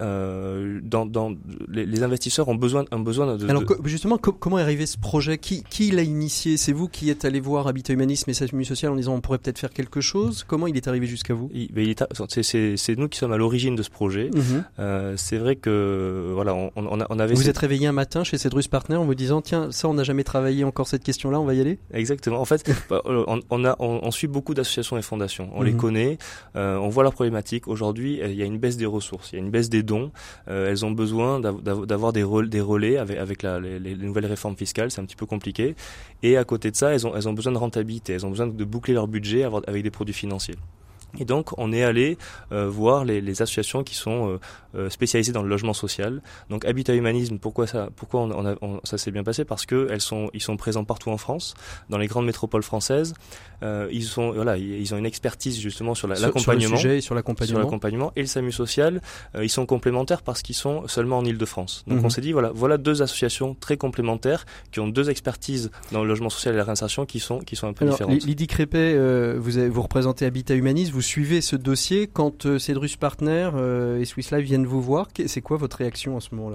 les investisseurs ont besoin de... Alors justement, comment est arrivé ce projet ? Qui l'a initié ? C'est vous qui êtes allé voir Habitua Humanis et SAMU Social en disant on pourrait peut-être faire quelque chose ? Comment il est arrivé jusqu'à vous ? C'est nous qui sommes à l'origine de ce projet. C'est vrai que on avait... Vous êtes réveillé un matin chez Cedrus Partners en vous disant tiens, ça on n'a jamais travaillé encore cette question-là, on va y aller ? Exactement. En fait, on suit beaucoup d'associations et fondations. On les connaît, on voit leurs problématiques. Aujourd'hui, il y a une baisse des ressources, il y a une baisse des dons. Elles ont besoin d'avoir des relais avec les nouvelles réformes fiscales. C'est un petit peu compliqué. Et à côté de ça, elles ont besoin de rentabilité. Elles ont besoin de boucler leur budget avec des produits financiers. Et donc, on est allé voir les associations qui sont spécialisées dans le logement social. Donc, Habitua Humanisme, pourquoi ça s'est bien passé ? Parce que ils sont présents partout en France, dans les grandes métropoles françaises. Ils ont une expertise justement sur l'accompagnement, sur le sujet et sur l'accompagnement. Et le SAMU Social, ils sont complémentaires parce qu'ils sont seulement en Île-de-France. Donc, on s'est dit voilà deux associations très complémentaires qui ont deux expertises dans le logement social et la réinsertion qui sont un peu différentes. Lydie Crépet, vous représentez Habitua Humanisme. Vous suivez ce dossier quand Cedrus Partners et Swiss Life viennent vous voir. C'est quoi votre réaction à ce moment-là ?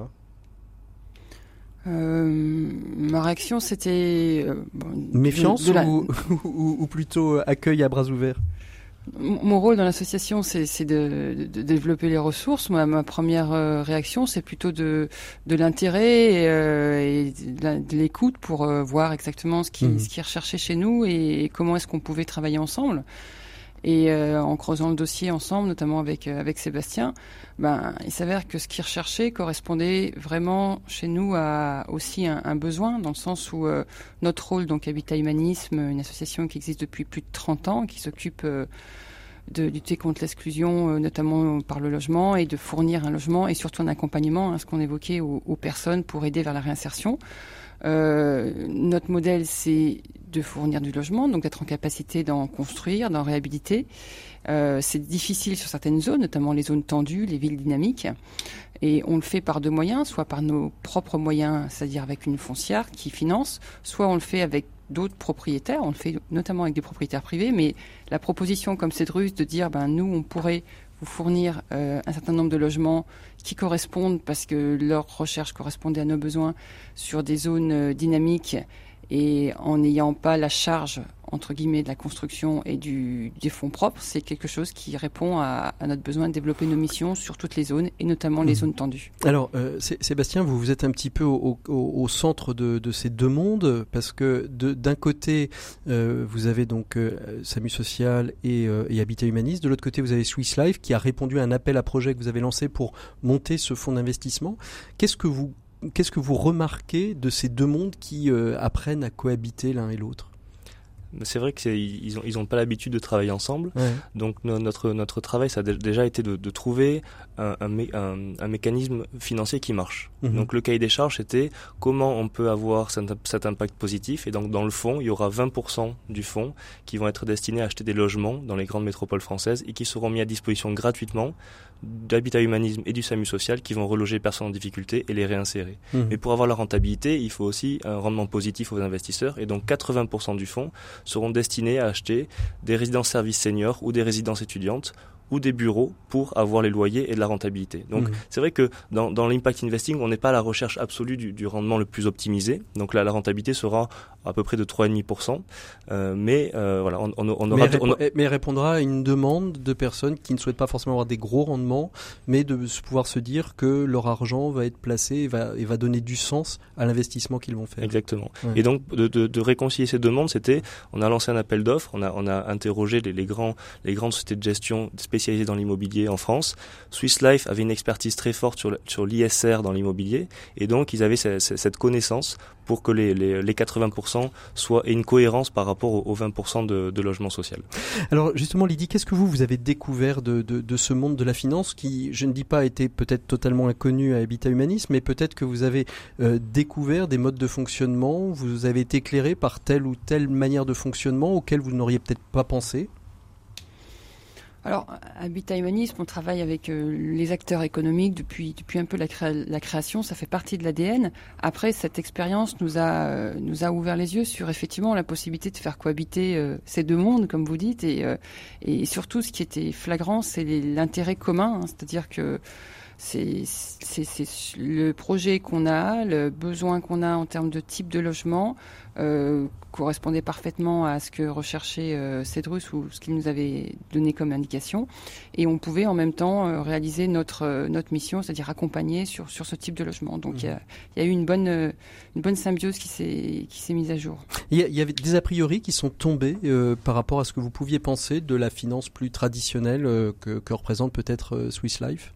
Ma réaction, c'était... méfiance ou plutôt accueil à bras ouverts ? Mon rôle dans l'association, c'est de développer les ressources. Moi, ma première réaction, c'est plutôt de l'intérêt et de l'écoute pour voir exactement ce qui est recherché chez nous et comment est-ce qu'on pouvait travailler ensemble. Et en creusant le dossier ensemble, notamment avec Sébastien, il s'avère que ce qui est recherché correspondait vraiment chez nous à aussi un besoin, dans le sens où notre rôle, donc Habitua Humanisme, une association qui existe depuis plus de 30 ans, qui s'occupe de lutter contre l'exclusion, notamment par le logement, et de fournir un logement et surtout un accompagnement, ce qu'on évoquait aux personnes pour aider vers la réinsertion. Notre modèle, c'est de fournir du logement, donc d'être en capacité d'en construire, d'en réhabiliter. C'est difficile sur certaines zones, notamment les zones tendues, les villes dynamiques. Et on le fait par deux moyens, soit par nos propres moyens, c'est-à-dire avec une foncière qui finance, soit on le fait avec d'autres propriétaires. On le fait notamment avec des propriétaires privés, mais la proposition comme Cedrus de dire nous, on pourrait vous fournir un certain nombre de logements qui correspondent, parce que leur recherche correspondait à nos besoins, sur des zones dynamiques et en n'ayant pas la charge, entre guillemets, de la construction et des fonds propres, c'est quelque chose qui répond à notre besoin de développer nos missions sur toutes les zones, et notamment les zones tendues. Alors, Sébastien, vous êtes un petit peu au centre de ces deux mondes, parce que d'un côté, vous avez donc SAMU Social et Habitat Humaniste. De l'autre côté, vous avez Swiss Life, qui a répondu à un appel à projet que vous avez lancé pour monter ce fonds d'investissement. Qu'est-ce que vous remarquez de ces deux mondes qui apprennent à cohabiter l'un et l'autre ? C'est vrai qu'ils ont pas l'habitude de travailler ensemble. Ouais. Donc notre travail, ça a déjà été de trouver un mécanisme financier qui marche. Mmh. Donc le cahier des charges, c'était comment on peut avoir cet impact positif. Et donc dans le fonds, il y aura 20% du fonds qui vont être destinés à acheter des logements dans les grandes métropoles françaises et qui seront mis à disposition gratuitement d'Habitat Humanisme et du SAMU Social, qui vont reloger les personnes en difficulté et les réinsérer. Mmh. Mais pour avoir la rentabilité, il faut aussi un rendement positif aux investisseurs. Et donc 80% du fonds seront destinés à acheter des résidences-services seniors ou des résidences étudiantes ou des bureaux pour avoir les loyers et de la rentabilité. Donc c'est vrai que dans l'impact investing, on n'est pas à la recherche absolue du rendement le plus optimisé. Donc là, la rentabilité sera à peu près de 3,5%. Mais voilà, on aura... Mais répondra à une demande de personnes qui ne souhaitent pas forcément avoir des gros rendements, mais de pouvoir se dire que leur argent va être placé et va donner du sens à l'investissement qu'ils vont faire. Exactement. Ouais. Et donc de réconcilier ces demandes, on a lancé un appel d'offres, on a interrogé les grandes sociétés de gestion spécialisées dans l'immobilier en France. Swiss Life avait une expertise très forte sur l'ISR dans l'immobilier, et donc ils avaient cette connaissance pour que les 80% aient une cohérence par rapport aux 20% de logement social. Alors justement, Lydie, qu'est-ce que vous avez découvert de ce monde de la finance qui, je ne dis pas, était peut-être totalement inconnu à Habitat Humanisme, mais peut-être que vous avez découvert des modes de fonctionnement, vous avez été éclairé par telle ou telle manière de fonctionnement auquel vous n'auriez peut-être pas pensé? Alors, Habitat Humanisme, on travaille avec les acteurs économiques depuis un peu la création, ça fait partie de l'ADN. Après, cette expérience nous a ouvert les yeux sur effectivement la possibilité de faire cohabiter ces deux mondes, comme vous dites, et surtout ce qui était flagrant, c'est l'intérêt commun, c'est-à-dire que c'est le projet qu'on a, le besoin qu'on a en termes de type de logement correspondait parfaitement à ce que recherchait Cedrus ou ce qu'il nous avait donné comme indication, et on pouvait en même temps réaliser notre mission, c'est-à-dire accompagner sur ce type de logement. Donc il y a eu une bonne symbiose qui s'est mise à jour. Il y avait des a priori qui sont tombés par rapport à ce que vous pouviez penser de la finance plus traditionnelle que représente peut-être Swiss Life.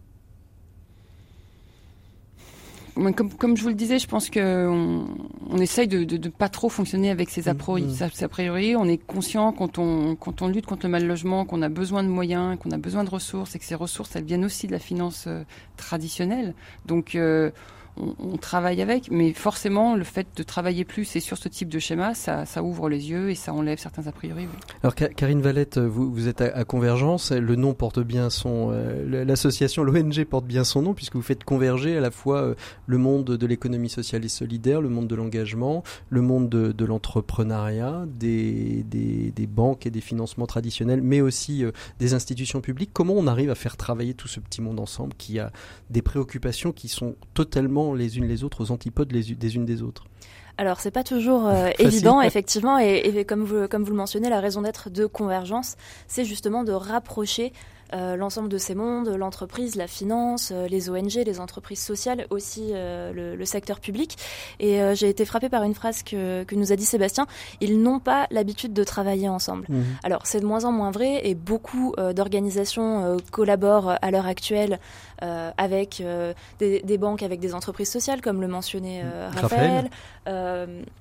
Comme je vous le disais, je pense qu'on essaye de pas trop fonctionner avec ces a priori. On est conscient quand on lutte contre le mal logement, qu'on a besoin de moyens, qu'on a besoin de ressources, et que ces ressources, elles viennent aussi de la finance traditionnelle. Donc on travaille avec, mais forcément le fait de travailler plus et sur ce type de schéma, ça ouvre les yeux et ça enlève certains a priori. Oui. Alors Karine Valette, vous êtes à Convergence, le nom porte bien l'association, l'ONG porte bien son nom, puisque vous faites converger à la fois le monde de l'économie sociale et solidaire, le monde de l'engagement, le monde de l'entrepreneuriat, des banques et des financements traditionnels, mais aussi des institutions publiques. Comment on arrive à faire travailler tout ce petit monde ensemble qui a des préoccupations qui sont totalement les unes les autres, aux antipodes des unes des autres? Alors c'est pas toujours évident, effectivement, et comme vous le mentionnez, la raison d'être de Convergence, c'est justement de rapprocher l'ensemble de ces mondes, l'entreprise, la finance, les ONG, les entreprises sociales, aussi le secteur public. Et j'ai été frappée par une phrase que nous a dit Sébastien, ils n'ont pas l'habitude de travailler ensemble. Mmh. Alors c'est de moins en moins vrai, et beaucoup d'organisations collaborent à l'heure actuelle avec des banques, avec des entreprises sociales, comme le mentionnait Raphaël.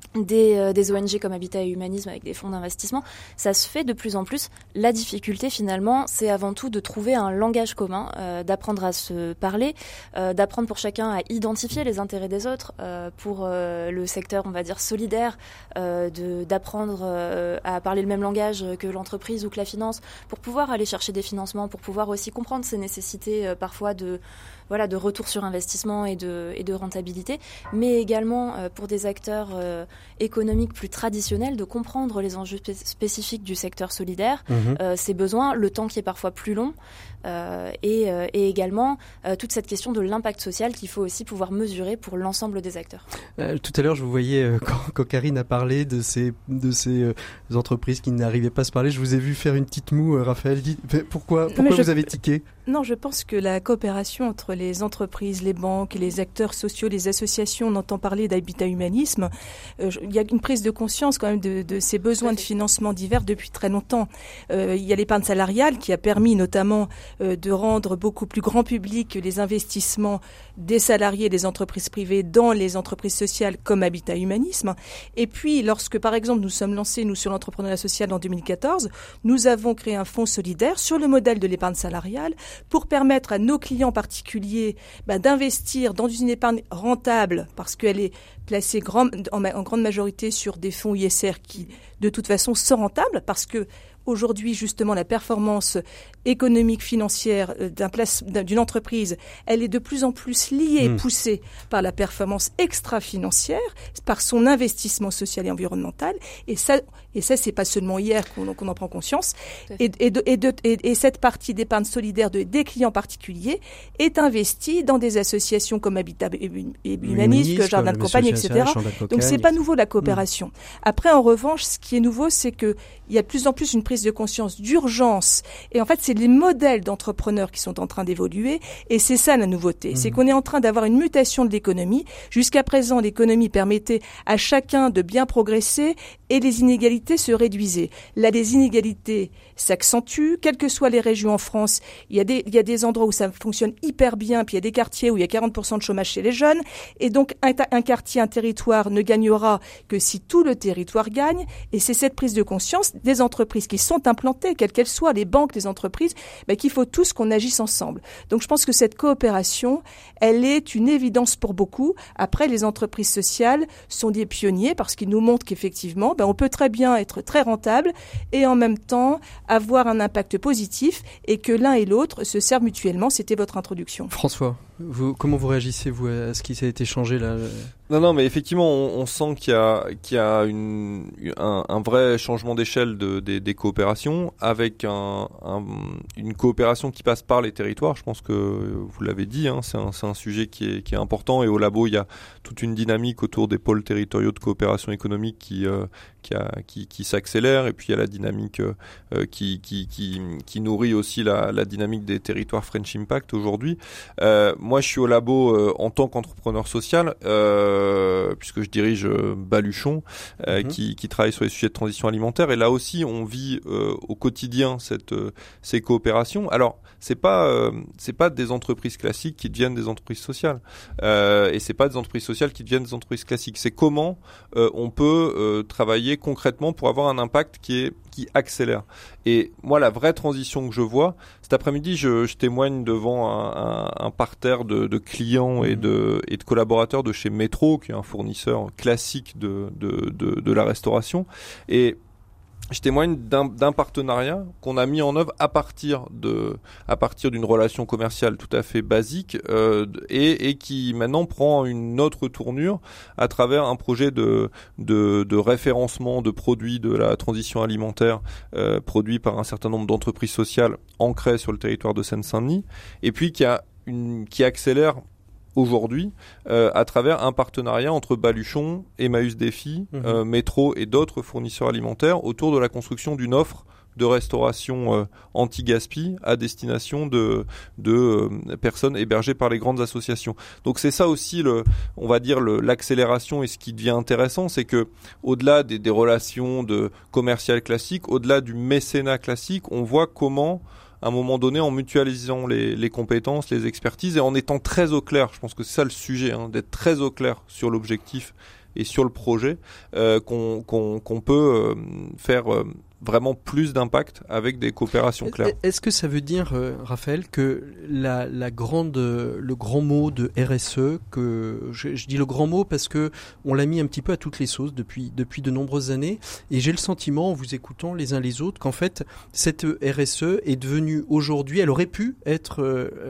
des ONG comme Habitat et Humanisme avec des fonds d'investissement, ça se fait de plus en plus. La difficulté finalement, c'est avant tout de trouver un langage commun, d'apprendre à se parler, d'apprendre pour chacun à identifier les intérêts des autres, pour le secteur, on va dire, solidaire, d'apprendre à parler le même langage que l'entreprise ou que la finance, pour pouvoir aller chercher des financements, pour pouvoir aussi comprendre ces nécessités parfois de retour sur investissement et de rentabilité, mais également pour des acteurs économiques plus traditionnels, de comprendre les enjeux spécifiques du secteur solidaire, ses besoins, le temps qui est parfois plus long, et également toute cette question de l'impact social qu'il faut aussi pouvoir mesurer pour l'ensemble des acteurs. Tout à l'heure, je vous voyais, quand Karine a parlé de ces entreprises qui n'arrivaient pas à se parler, je vous ai vu faire une petite moue, Raphaël. Pourquoi vous avez tiqué ? Non, je pense que la coopération entre les entreprises, les banques, les acteurs sociaux, les associations, on entend parler d'habitat humanisme. Il y a une prise de conscience quand même de ces besoins de financement divers depuis très longtemps. Il y a l'épargne salariale qui a permis notamment de rendre beaucoup plus grand public les investissements des salariés des entreprises privées dans les entreprises sociales comme Habitat Humanisme. Et puis, lorsque par exemple nous sommes lancés, nous, sur l'entrepreneuriat social en 2014, nous avons créé un fonds solidaire sur le modèle de l'épargne salariale pour permettre à nos clients particuliers d'investir dans une épargne rentable parce qu'elle est placée en grande majorité sur des fonds ISR qui, de toute façon, sont rentables parce que aujourd'hui, justement, la performance économique, financière d'une entreprise, elle est de plus en plus liée et poussée par la performance extra-financière, par son investissement social et environnemental. Et ça, c'est pas seulement hier qu'on en prend conscience. Et cette partie d'épargne solidaire des clients particuliers est investie dans des associations comme Habitat et Humanisme, Jardin de Campagne, etc. Donc, c'est pas nouveau, la coopération. Après, en revanche, ce qui est nouveau, c'est que il y a de plus en plus une prise de conscience d'urgence. Et en fait, c'est les modèles d'entrepreneurs qui sont en train d'évoluer. Et c'est ça la nouveauté. C'est qu'on est en train d'avoir une mutation de l'économie. Jusqu'à présent, l'économie permettait à chacun de bien progresser et les inégalités se réduisaient. Là, les inégalités s'accentuent. Quelles que soient les régions en France, il y a des endroits où ça fonctionne hyper bien, puis il y a des quartiers où il y a 40% de chômage chez les jeunes. Et donc, un quartier, un territoire ne gagnera que si tout le territoire gagne. Et c'est cette prise de conscience des entreprises qui sont implantées, quelles qu'elles soient, les banques, les entreprises, qu'il faut tous qu'on agisse ensemble. Donc je pense que cette coopération, elle est une évidence pour beaucoup. Après, les entreprises sociales sont des pionniers parce qu'ils nous montrent qu'effectivement, on peut très bien être très rentable et en même temps avoir un impact positif et que l'un et l'autre se servent mutuellement. C'était votre introduction. François, comment vous réagissez, vous, à ce qui a été changé là ? Non, mais effectivement, on sent qu'il y a un vrai changement d'échelle des coopérations, avec une coopération qui passe par les territoires. Je pense que vous l'avez dit, c'est un sujet qui est important, et au labo, il y a toute une dynamique autour des pôles territoriaux de coopération économique qui s'accélère, et puis il y a la dynamique qui nourrit aussi la dynamique des territoires French Impact aujourd'hui. Moi, je suis au labo en tant qu'entrepreneur social, puisque je dirige Baluchon, qui travaille sur les sujets de transition alimentaire, et là aussi on vit au quotidien ces coopérations. Alors c'est pas des entreprises classiques qui deviennent des entreprises sociales, et c'est pas des entreprises sociales qui deviennent des entreprises classiques. C'est comment on peut travailler concrètement pour avoir un impact qui accélère. Et moi, la vraie transition que je vois, cet après-midi, je témoigne devant un parterre de clients et de collaborateurs de chez Métro, qui est un fournisseur classique de la restauration. Et je témoigne d'un partenariat qu'on a mis en œuvre à partir d'une relation commerciale tout à fait basique, et qui maintenant prend une autre tournure à travers un projet de référencement de produits de la transition alimentaire, produits par un certain nombre d'entreprises sociales ancrées sur le territoire de Seine-Saint-Denis, et puis qui accélère aujourd'hui à travers un partenariat entre Baluchon, Emmaüs Défi, Métro et d'autres fournisseurs alimentaires autour de la construction d'une offre de restauration anti-gaspi à destination de personnes hébergées par les grandes associations. Donc c'est ça aussi on va dire l'accélération, et ce qui devient intéressant, c'est que au-delà des relations commerciales classiques, au-delà du mécénat classique, on voit comment à un moment donné en mutualisant les compétences, les expertises et en étant très au clair. Je pense que c'est ça le sujet, d'être très au clair sur l'objectif et sur le projet, qu'on peut faire vraiment plus d'impact avec des coopérations claires. Est-ce que ça veut dire, Raphaël, que le grand mot de RSE, que je dis le grand mot parce que on l'a mis un petit peu à toutes les sauces depuis de nombreuses années, et j'ai le sentiment, en vous écoutant les uns les autres, qu'en fait, cette RSE est devenue aujourd'hui, elle aurait pu être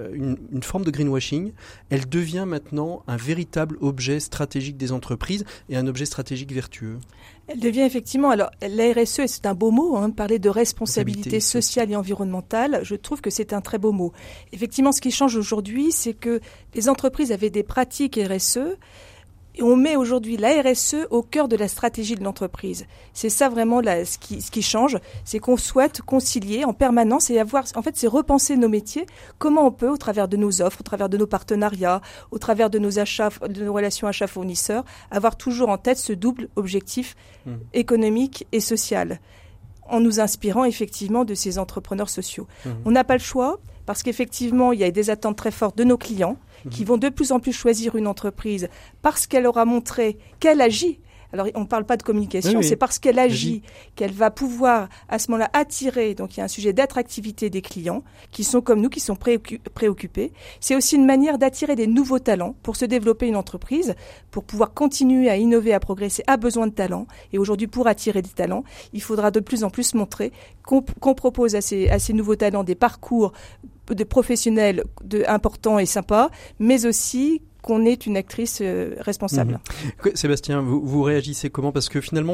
une forme de greenwashing, elle devient maintenant un véritable objet stratégique des entreprises et un objet stratégique vertueux. Elle devient effectivement, alors la RSE, c'est un beau mot, parler de responsabilité sociale et environnementale, je trouve que c'est un très beau mot. Effectivement, ce qui change aujourd'hui, c'est que les entreprises avaient des pratiques RSE, et on met aujourd'hui la RSE au cœur de la stratégie de l'entreprise. C'est ça vraiment ce qui change, c'est qu'on souhaite concilier en permanence et c'est repenser nos métiers, comment on peut, au travers de nos offres, au travers de nos partenariats, au travers de nos achats, de nos relations achats-fournisseurs, avoir toujours en tête ce double objectif économique et social, en nous inspirant effectivement de ces entrepreneurs sociaux. On n'a pas le choix, parce qu'effectivement, il y a des attentes très fortes de nos clients, qui vont de plus en plus choisir une entreprise parce qu'elle aura montré qu'elle agit. Alors, on ne parle pas de communication, c'est parce qu'elle agit qu'elle va pouvoir, à ce moment-là, attirer. Donc, il y a un sujet d'attractivité des clients qui sont comme nous, qui sont préoccupés. C'est aussi une manière d'attirer des nouveaux talents pour se développer une entreprise, pour pouvoir continuer à innover, à progresser, a besoin de talents. Et aujourd'hui, pour attirer des talents, il faudra de plus en plus montrer qu'on propose à ces nouveaux talents des parcours de professionnels importants et sympas, mais aussi qu'on est une actrice responsable. Sébastien, vous réagissez comment? Parce que finalement,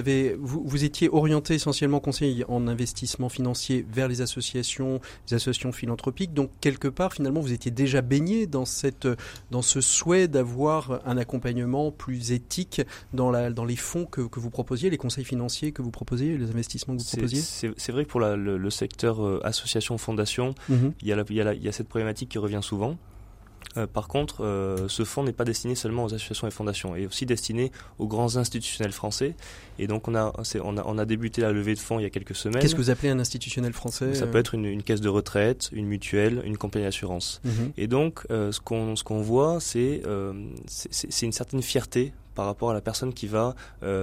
vous étiez orienté essentiellement conseiller en investissement financier vers les associations philanthropiques. Donc, quelque part, finalement, vous étiez déjà baigné dans ce souhait d'avoir un accompagnement plus éthique dans les fonds que vous proposiez, les conseils financiers que vous proposiez, les investissements que vous proposiez. C'est vrai que pour le secteur association-fondation, il y a cette problématique qui revient souvent. Par contre, ce fonds n'est pas destiné seulement aux associations et fondations, il est aussi destiné aux grands institutionnels français. Et donc on a débuté la levée de fonds il y a quelques semaines. Qu'est-ce que vous appelez un institutionnel français? Ça peut être une caisse de retraite, une mutuelle, une compagnie d'assurance. Et donc ce qu'on voit, c'est une certaine fierté par rapport à la personne qui va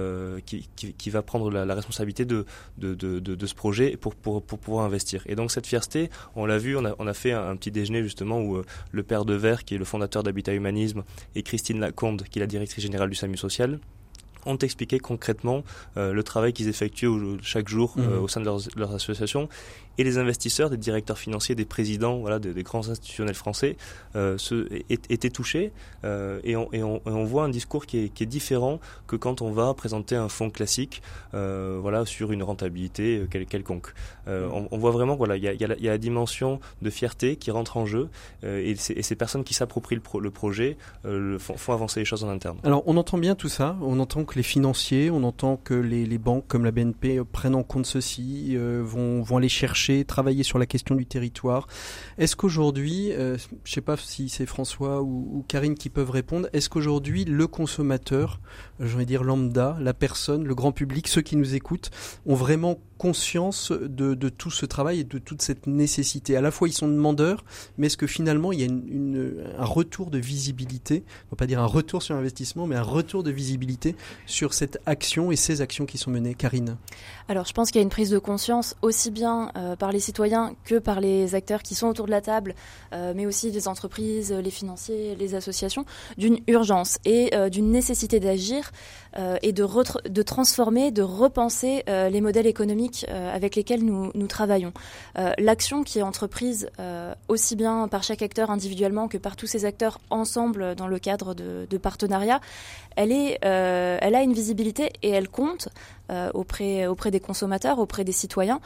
prendre la responsabilité de ce projet pour pouvoir investir. Et donc cette fierté, on l'a vu, on a fait un petit déjeuner justement où le père Devers, qui est le fondateur d'Habitat Humanisme, et Christine Lacombe, qui est la directrice générale du SAMU Social, ont expliqué concrètement le travail qu'ils effectuent chaque jour au sein de leurs associations. Et les investisseurs, des directeurs financiers, des présidents, des grands institutionnels français étaient touchés. Et on voit un discours qui est différent que quand on va présenter un fonds classique sur une rentabilité quelconque. On voit vraiment il y a la dimension de fierté qui rentre en jeu et ces personnes qui s'approprient le projet font avancer les choses en interne. Alors on entend bien tout ça, on entend que les financiers, on entend que les banques comme la BNP prennent en compte ceci, vont aller chercher, travailler sur la question du territoire. Est-ce qu'aujourd'hui, je ne sais pas si c'est François ou Karine qui peuvent répondre, est-ce qu'aujourd'hui le consommateur, j'ai envie de dire lambda, la personne, le grand public, ceux qui nous écoutent, ont vraiment conscience de tout ce travail et de toute cette nécessité? À la fois ils sont demandeurs, mais est-ce que finalement il y a un retour de visibilité, on ne va pas dire un retour sur investissement, mais un retour de visibilité sur cette action et ces actions qui sont menées? Karine? Alors je pense qu'il y a une prise de conscience aussi bien par les citoyens que par les acteurs qui sont autour de la table, mais aussi les entreprises, les financiers, les associations, d'une urgence et d'une nécessité d'agir et de transformer, de repenser les modèles économiques avec lesquels nous travaillons. L'action qui est entreprise aussi bien par chaque acteur individuellement que par tous ces acteurs ensemble dans le cadre de partenariats, elle a une visibilité et elle compte auprès des consommateurs, auprès des citoyens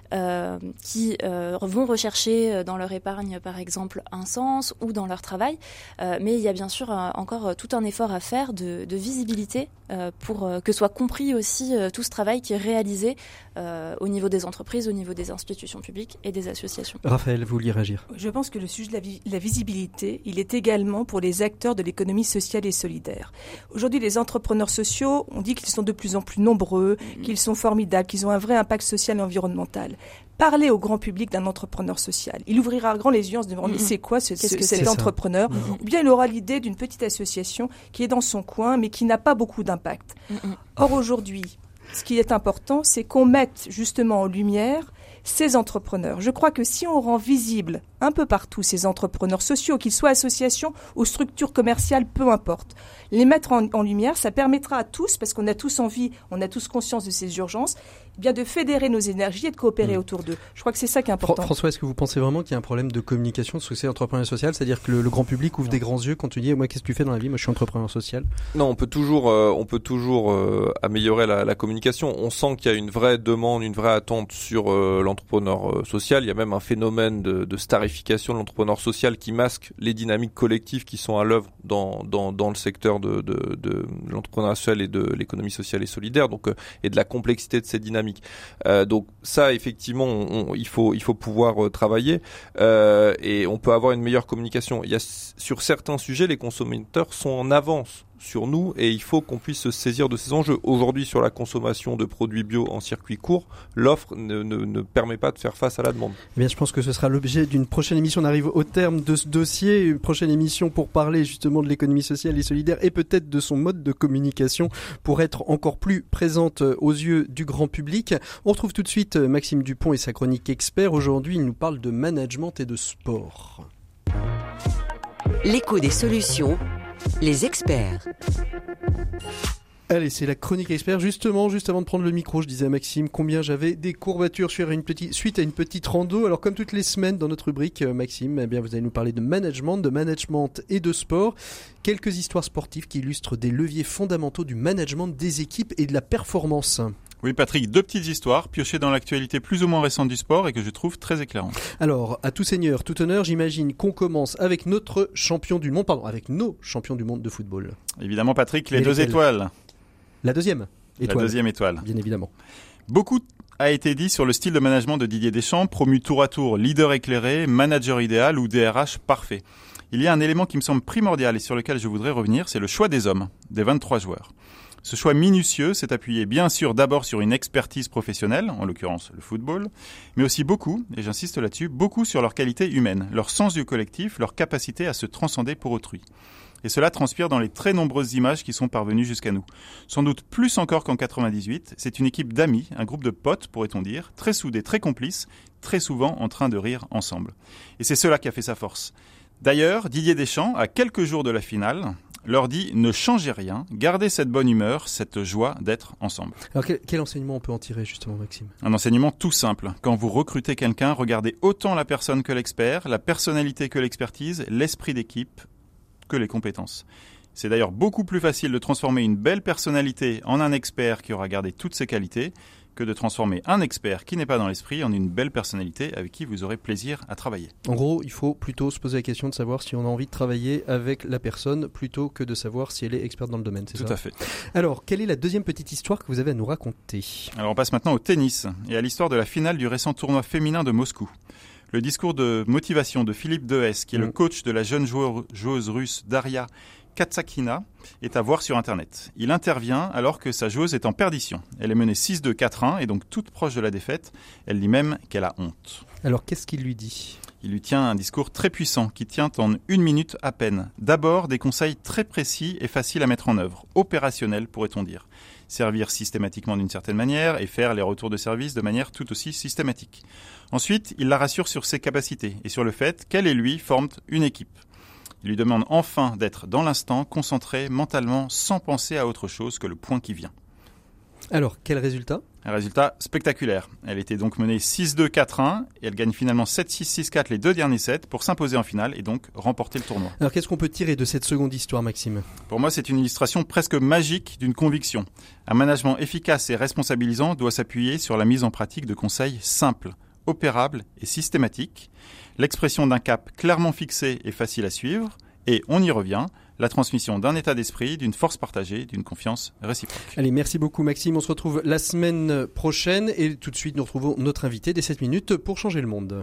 qui vont rechercher dans leur épargne par exemple un sens ou dans leur travail, mais il y a bien sûr encore tout un effort à faire de visibilité pour que soit compris aussi tout ce travail qui est réalisé au niveau des entreprises, au niveau des institutions publiques et des associations. Raphaël, vous vouliez réagir? Je pense que le sujet de la visibilité, il est également pour les acteurs de l'économie sociale et solidaire. Aujourd'hui, les entrepreneurs sociaux, on dit qu'ils sont de plus en plus nombreux, qu'ils sont formidables, qu'ils ont un vrai impact social et environnemental. parler au grand public d'un entrepreneur social. Il ouvrira grand les yeux en se demandant mais c'est quoi cet entrepreneur, ou bien il aura l'idée d'une petite association qui est dans son coin mais qui n'a pas beaucoup d'impact. Or aujourd'hui, ce qui est important, c'est qu'on mette justement en lumière ces entrepreneurs. Je crois que si on rend visible un peu partout ces entrepreneurs sociaux, qu'ils soient associations ou structures commerciales, peu importe, les mettre en lumière, ça permettra à tous, parce qu'on a tous envie, on a tous conscience de ces urgences, bien de fédérer nos énergies et de coopérer autour d'eux. Je crois que c'est ça qui est important. François, est-ce que vous pensez vraiment qu'il y a un problème de communication de succès entrepreneur social, c'est-à-dire que le grand public ouvre des grands yeux quand tu dis moi qu'est-ce que tu fais dans la vie, moi je suis entrepreneur social? Non, on peut toujours améliorer la communication. On sent qu'il y a une vraie demande, une vraie attente sur l'entrepreneur social. Il y a même un phénomène de starification de l'entrepreneur social qui masque les dynamiques collectives qui sont à l'œuvre dans le secteur de l'entrepreneuriat social et de l'économie sociale et solidaire, donc et de la complexité de ces dynamiques. Donc ça, effectivement, il faut pouvoir travailler et on peut avoir une meilleure communication. Il y a sur certains sujets, les consommateurs sont en avance sur nous et il faut qu'on puisse se saisir de ces enjeux. Aujourd'hui, sur la consommation de produits bio en circuit court, l'offre ne permet pas de faire face à la demande. Eh bien, je pense que ce sera l'objet d'une prochaine émission. On arrive au terme de ce dossier, une prochaine émission pour parler justement de l'économie sociale et solidaire et peut-être de son mode de communication pour être encore plus présente aux yeux du grand public. On retrouve tout de suite Maxime Dupont et sa chronique expert. Aujourd'hui, il nous parle de management et de sport. L'écho des solutions. Les experts. Allez, c'est la chronique expert. Justement, juste avant de prendre le micro, je disais à Maxime combien j'avais des courbatures suite à une petite rando. Alors, comme toutes les semaines dans notre rubrique, Maxime, eh bien, vous allez nous parler de management et de sport. Quelques histoires sportives qui illustrent des leviers fondamentaux du management des équipes et de la performance. Oui Patrick, 2 petites histoires piochées dans l'actualité plus ou moins récente du sport et que je trouve très éclairantes. Alors, à tout seigneur, tout honneur, j'imagine qu'on commence avec avec nos champions du monde de football. Évidemment Patrick, les 2 étoiles. La deuxième étoile. La deuxième étoile. Bien évidemment. Beaucoup a été dit sur le style de management de Didier Deschamps, promu tour à tour leader éclairé, manager idéal ou DRH parfait. Il y a un élément qui me semble primordial et sur lequel je voudrais revenir, c'est le choix des hommes, des 23 joueurs. Ce choix minutieux s'est appuyé bien sûr d'abord sur une expertise professionnelle, en l'occurrence le football, mais aussi beaucoup, et j'insiste là-dessus, beaucoup sur leur qualité humaine, leur sens du collectif, leur capacité à se transcender pour autrui. Et cela transpire dans les très nombreuses images qui sont parvenues jusqu'à nous. Sans doute plus encore qu'en 98, c'est une équipe d'amis, un groupe de potes pourrait-on dire, très soudés, très complices, très souvent en train de rire ensemble. Et c'est cela qui a fait sa force. D'ailleurs, Didier Deschamps, à quelques jours de la finale, leur dit ne changez rien, gardez cette bonne humeur, cette joie d'être ensemble. Alors quel enseignement on peut en tirer justement, Maxime ? Un enseignement tout simple. Quand vous recrutez quelqu'un, regardez autant la personne que l'expert, la personnalité que l'expertise, l'esprit d'équipe que les compétences. C'est d'ailleurs beaucoup plus facile de transformer une belle personnalité en un expert qui aura gardé toutes ses qualités que de transformer un expert qui n'est pas dans l'esprit en une belle personnalité avec qui vous aurez plaisir à travailler. En gros, il faut plutôt se poser la question de savoir si on a envie de travailler avec la personne plutôt que de savoir si elle est experte dans le domaine, c'est ça ? Tout à fait. Alors, quelle est la deuxième petite histoire que vous avez à nous raconter ? Alors, on passe maintenant au tennis et à l'histoire de la finale du récent tournoi féminin de Moscou. Le discours de motivation de Philippe Dehaes, qui est le coach de la jeune joueuse russe Daria Katsakina, est à voir sur Internet. Il intervient alors que sa joueuse est en perdition. Elle est menée 6-2, 4-1 et donc toute proche de la défaite. Elle dit même qu'elle a honte. Alors qu'est-ce qu'il lui dit ? Il lui tient un discours très puissant qui tient en 1 minute à peine. D'abord, des conseils très précis et faciles à mettre en œuvre, opérationnels pourrait-on dire. Servir systématiquement d'une certaine manière et faire les retours de service de manière tout aussi systématique. Ensuite, il la rassure sur ses capacités et sur le fait qu'elle et lui forment une équipe. Il lui demande enfin d'être dans l'instant, concentré mentalement, sans penser à autre chose que le point qui vient. Alors, quel résultat ? Un résultat spectaculaire. Elle était donc menée 6-2, 4-1 et elle gagne finalement 7-6, 6-4 les 2 derniers sets pour s'imposer en finale et donc remporter le tournoi. Alors, qu'est-ce qu'on peut tirer de cette seconde histoire, Maxime ? Pour moi, c'est une illustration presque magique d'une conviction. Un management efficace et responsabilisant doit s'appuyer sur la mise en pratique de conseils simples, opérables et systématiques, l'expression d'un cap clairement fixé et facile à suivre, et, on y revient, la transmission d'un état d'esprit, d'une force partagée, d'une confiance réciproque. Allez, merci beaucoup Maxime, on se retrouve la semaine prochaine et tout de suite nous retrouvons notre invité des 7 minutes pour changer le monde.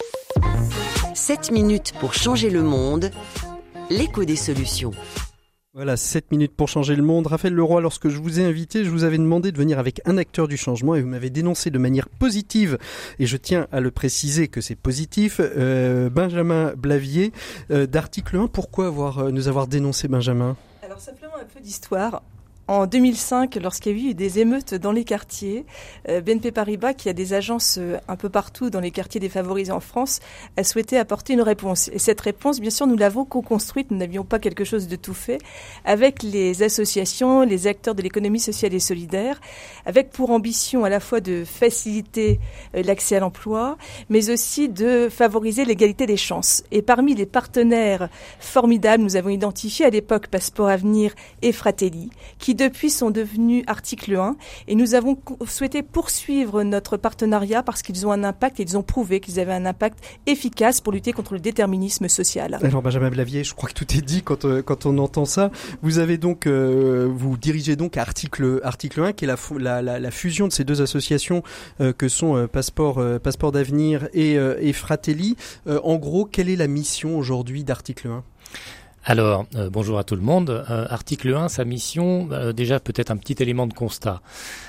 7 minutes pour changer le monde, l'écho des solutions. Voilà, 7 minutes pour changer le monde. Raphaël Leroy, lorsque je vous ai invité, je vous avais demandé de venir avec un acteur du changement et vous m'avez dénoncé de manière positive, et je tiens à le préciser que c'est positif, Benjamin Blavier d'Article 1. Pourquoi nous avoir dénoncé, Benjamin ? Alors simplement un peu d'histoire. En 2005, lorsqu'il y a eu des émeutes dans les quartiers, BNP Paribas, qui a des agences un peu partout dans les quartiers défavorisés en France, a souhaité apporter une réponse. Et cette réponse, bien sûr, nous l'avons co-construite, nous n'avions pas quelque chose de tout fait, avec les associations, les acteurs de l'économie sociale et solidaire, avec pour ambition à la fois de faciliter l'accès à l'emploi, mais aussi de favoriser l'égalité des chances. Et parmi les partenaires formidables, nous avons identifié à l'époque Passeport Avenir et Fratelli, qui depuis sont devenus Article 1, et nous avons souhaité poursuivre notre partenariat parce qu'ils ont un impact, et ils ont prouvé qu'ils avaient un impact efficace pour lutter contre le déterminisme social. Alors Benjamin Blavier, je crois que tout est dit quand on entend ça. Vous avez donc, vous dirigez donc Article 1, qui est la fusion de ces deux associations que sont Passeport d'Avenir et Fratelli. En gros, quelle est la mission aujourd'hui d'Article 1 ? Alors, bonjour à tout le monde. Article 1, sa mission, déjà peut-être un petit élément de constat.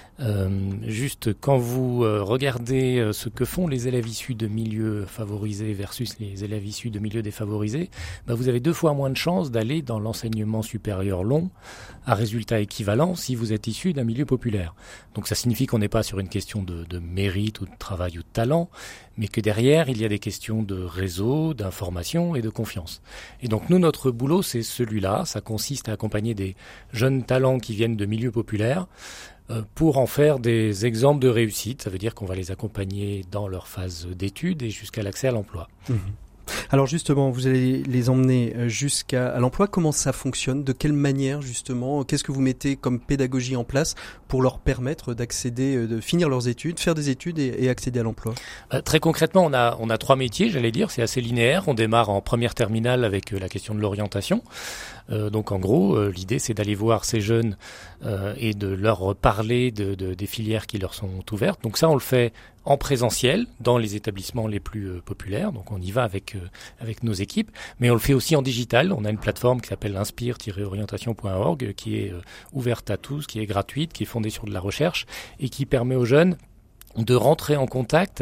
Juste quand vous regardez ce que font les élèves issus de milieux favorisés versus les élèves issus de milieux défavorisés, vous avez 2 fois moins de chances d'aller dans l'enseignement supérieur long à résultat équivalent si vous êtes issu d'un milieu populaire. Donc ça signifie qu'on n'est pas sur une question de mérite ou de travail ou de talent, mais que derrière il y a des questions de réseau, d'information et de confiance. Et donc nous, notre boulot, c'est celui-là. Ça consiste à accompagner des jeunes talents qui viennent de milieux populaires pour en faire des exemples de réussite. Ça veut dire qu'on va les accompagner dans leur phase d'études et jusqu'à l'accès à l'emploi. Mmh. Alors justement, vous allez les emmener jusqu'à l'emploi. Comment ça fonctionne ? De quelle manière justement ? Qu'est-ce que vous mettez comme pédagogie en place pour leur permettre d'accéder, de finir leurs études, faire des études et accéder à l'emploi ? Très concrètement, on a 3 métiers, j'allais dire. C'est assez linéaire. On démarre en première terminale avec la question de l'orientation. Donc en gros, l'idée c'est d'aller voir ces jeunes et de leur parler des filières qui leur sont ouvertes. Donc ça, on le fait en présentiel dans les établissements les plus populaires. Donc on y va avec nos équipes, mais on le fait aussi en digital. On a une plateforme qui s'appelle inspire-orientation.org qui est ouverte à tous, qui est gratuite, qui est fondée sur de la recherche et qui permet aux jeunes de rentrer en contact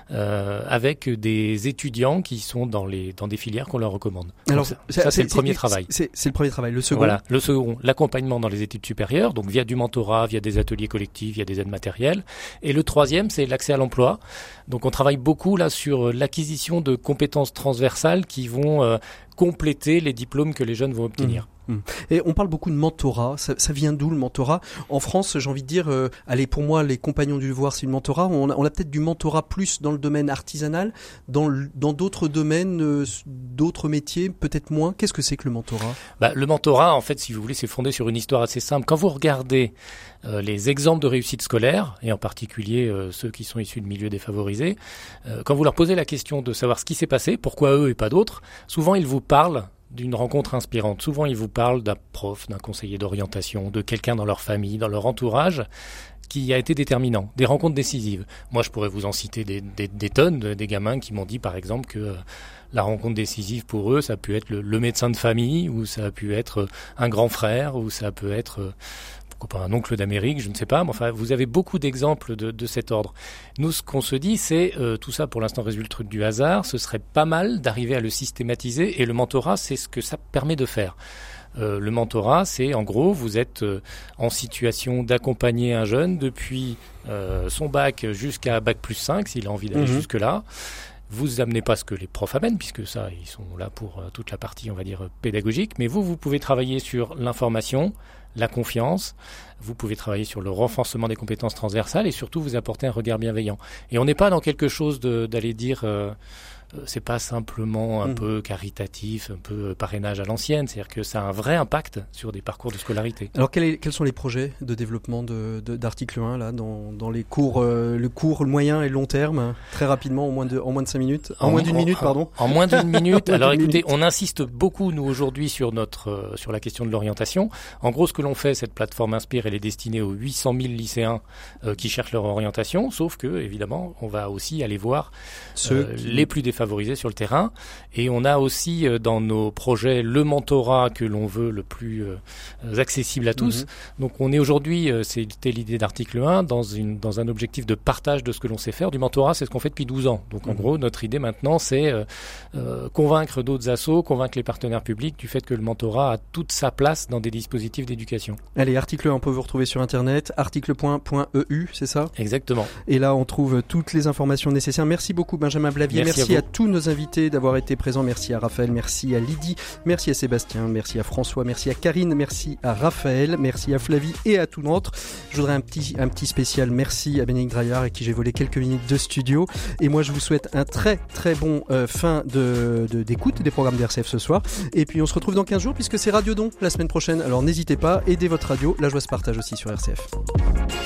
avec des étudiants qui sont dans des filières qu'on leur recommande. Alors ça c'est le premier travail. C'est le premier travail. Le second. Voilà, le second, l'accompagnement dans les études supérieures, donc via du mentorat, via des ateliers collectifs, via des aides matérielles. Et le troisième, c'est l'accès à l'emploi. Donc on travaille beaucoup là sur l'acquisition de compétences transversales qui vont compléter les diplômes que les jeunes vont obtenir. Et on parle beaucoup de mentorat. Ça vient d'où le mentorat ? En France, j'ai envie de dire, allez, pour moi, les Compagnons du Devoir, c'est le mentorat. On a peut-être du mentorat plus dans le domaine artisanal, dans d'autres domaines, d'autres métiers, peut-être moins. Qu'est-ce que c'est que le mentorat ? Le mentorat, en fait, si vous voulez, c'est fondé sur une histoire assez simple. Quand vous regardez les exemples de réussite scolaire, et en particulier ceux qui sont issus de milieux défavorisés, quand vous leur posez la question de savoir ce qui s'est passé, pourquoi eux et pas d'autres, souvent ils vous parlent d'une rencontre inspirante. Souvent, ils vous parlent d'un prof, d'un conseiller d'orientation, de quelqu'un dans leur famille, dans leur entourage, qui a été déterminant, des rencontres décisives. Moi, je pourrais vous en citer des tonnes, des gamins qui m'ont dit, par exemple, que la rencontre décisive pour eux, ça a pu être le médecin de famille, ou ça a pu être un grand frère, ou ça peut être pourquoi pas un oncle d'Amérique, je ne sais pas, mais enfin, vous avez beaucoup d'exemples de cet ordre. Nous, ce qu'on se dit, c'est, tout ça pour l'instant résulte du hasard, ce serait pas mal d'arriver à le systématiser, et le mentorat, c'est ce que ça permet de faire. Le mentorat, c'est en gros, vous êtes en situation d'accompagner un jeune depuis son bac jusqu'à bac plus 5, s'il a envie d'aller jusque-là. Vous amenez pas ce que les profs amènent, puisque ça, ils sont là pour toute la partie, on va dire, pédagogique, mais vous pouvez travailler sur l'information, la confiance, vous pouvez travailler sur le renforcement des compétences transversales et surtout vous apporter un regard bienveillant. Et on n'est pas dans quelque chose d'aller dire... c'est pas simplement un peu caritatif, un peu parrainage à l'ancienne, c'est-à-dire que ça a un vrai impact sur des parcours de scolarité. Alors quels sont les projets de développement d'Article 1 là, dans les cours, le moyen et le long terme, très rapidement, en moins de 5 minutes, en moins d'une minute, pardon. En moins d'une minute. Alors écoutez, on insiste beaucoup nous aujourd'hui sur la question de l'orientation. En gros, ce que l'on fait, cette plateforme Inspire, elle est destinée aux 800 000 lycéens qui cherchent leur orientation, sauf que, évidemment, on va aussi aller voir les plus défavorisés sur le terrain. Et on a aussi dans nos projets le mentorat que l'on veut le plus accessible à tous. Donc on est aujourd'hui, c'était l'idée d'article 1, dans un objectif de partage de ce que l'on sait faire. Du mentorat, c'est ce qu'on fait depuis 12 ans. Donc en gros, notre idée maintenant, c'est convaincre d'autres assos, convaincre les partenaires publics du fait que le mentorat a toute sa place dans des dispositifs d'éducation. Allez, article 1, on peut vous retrouver sur internet, article.eu, c'est ça ? Exactement. Et là, on trouve toutes les informations nécessaires. Merci beaucoup Benjamin Blavier, merci à tous nos invités d'avoir été présents, merci à Raphaël, merci à Lydie, merci à Sébastien, merci à François, merci à Karine, merci à Raphaël, merci à Flavie et à tout l'autre. Je voudrais un petit spécial merci à Bénédicte Draillard avec qui j'ai volé quelques minutes de studio. Et moi, je vous souhaite un très très bon fin d'écoute des programmes d'RCF ce soir. Et puis on se retrouve dans 15 jours puisque c'est Radio Don la semaine prochaine. Alors n'hésitez pas, aidez votre radio. La joie se partage aussi sur RCF.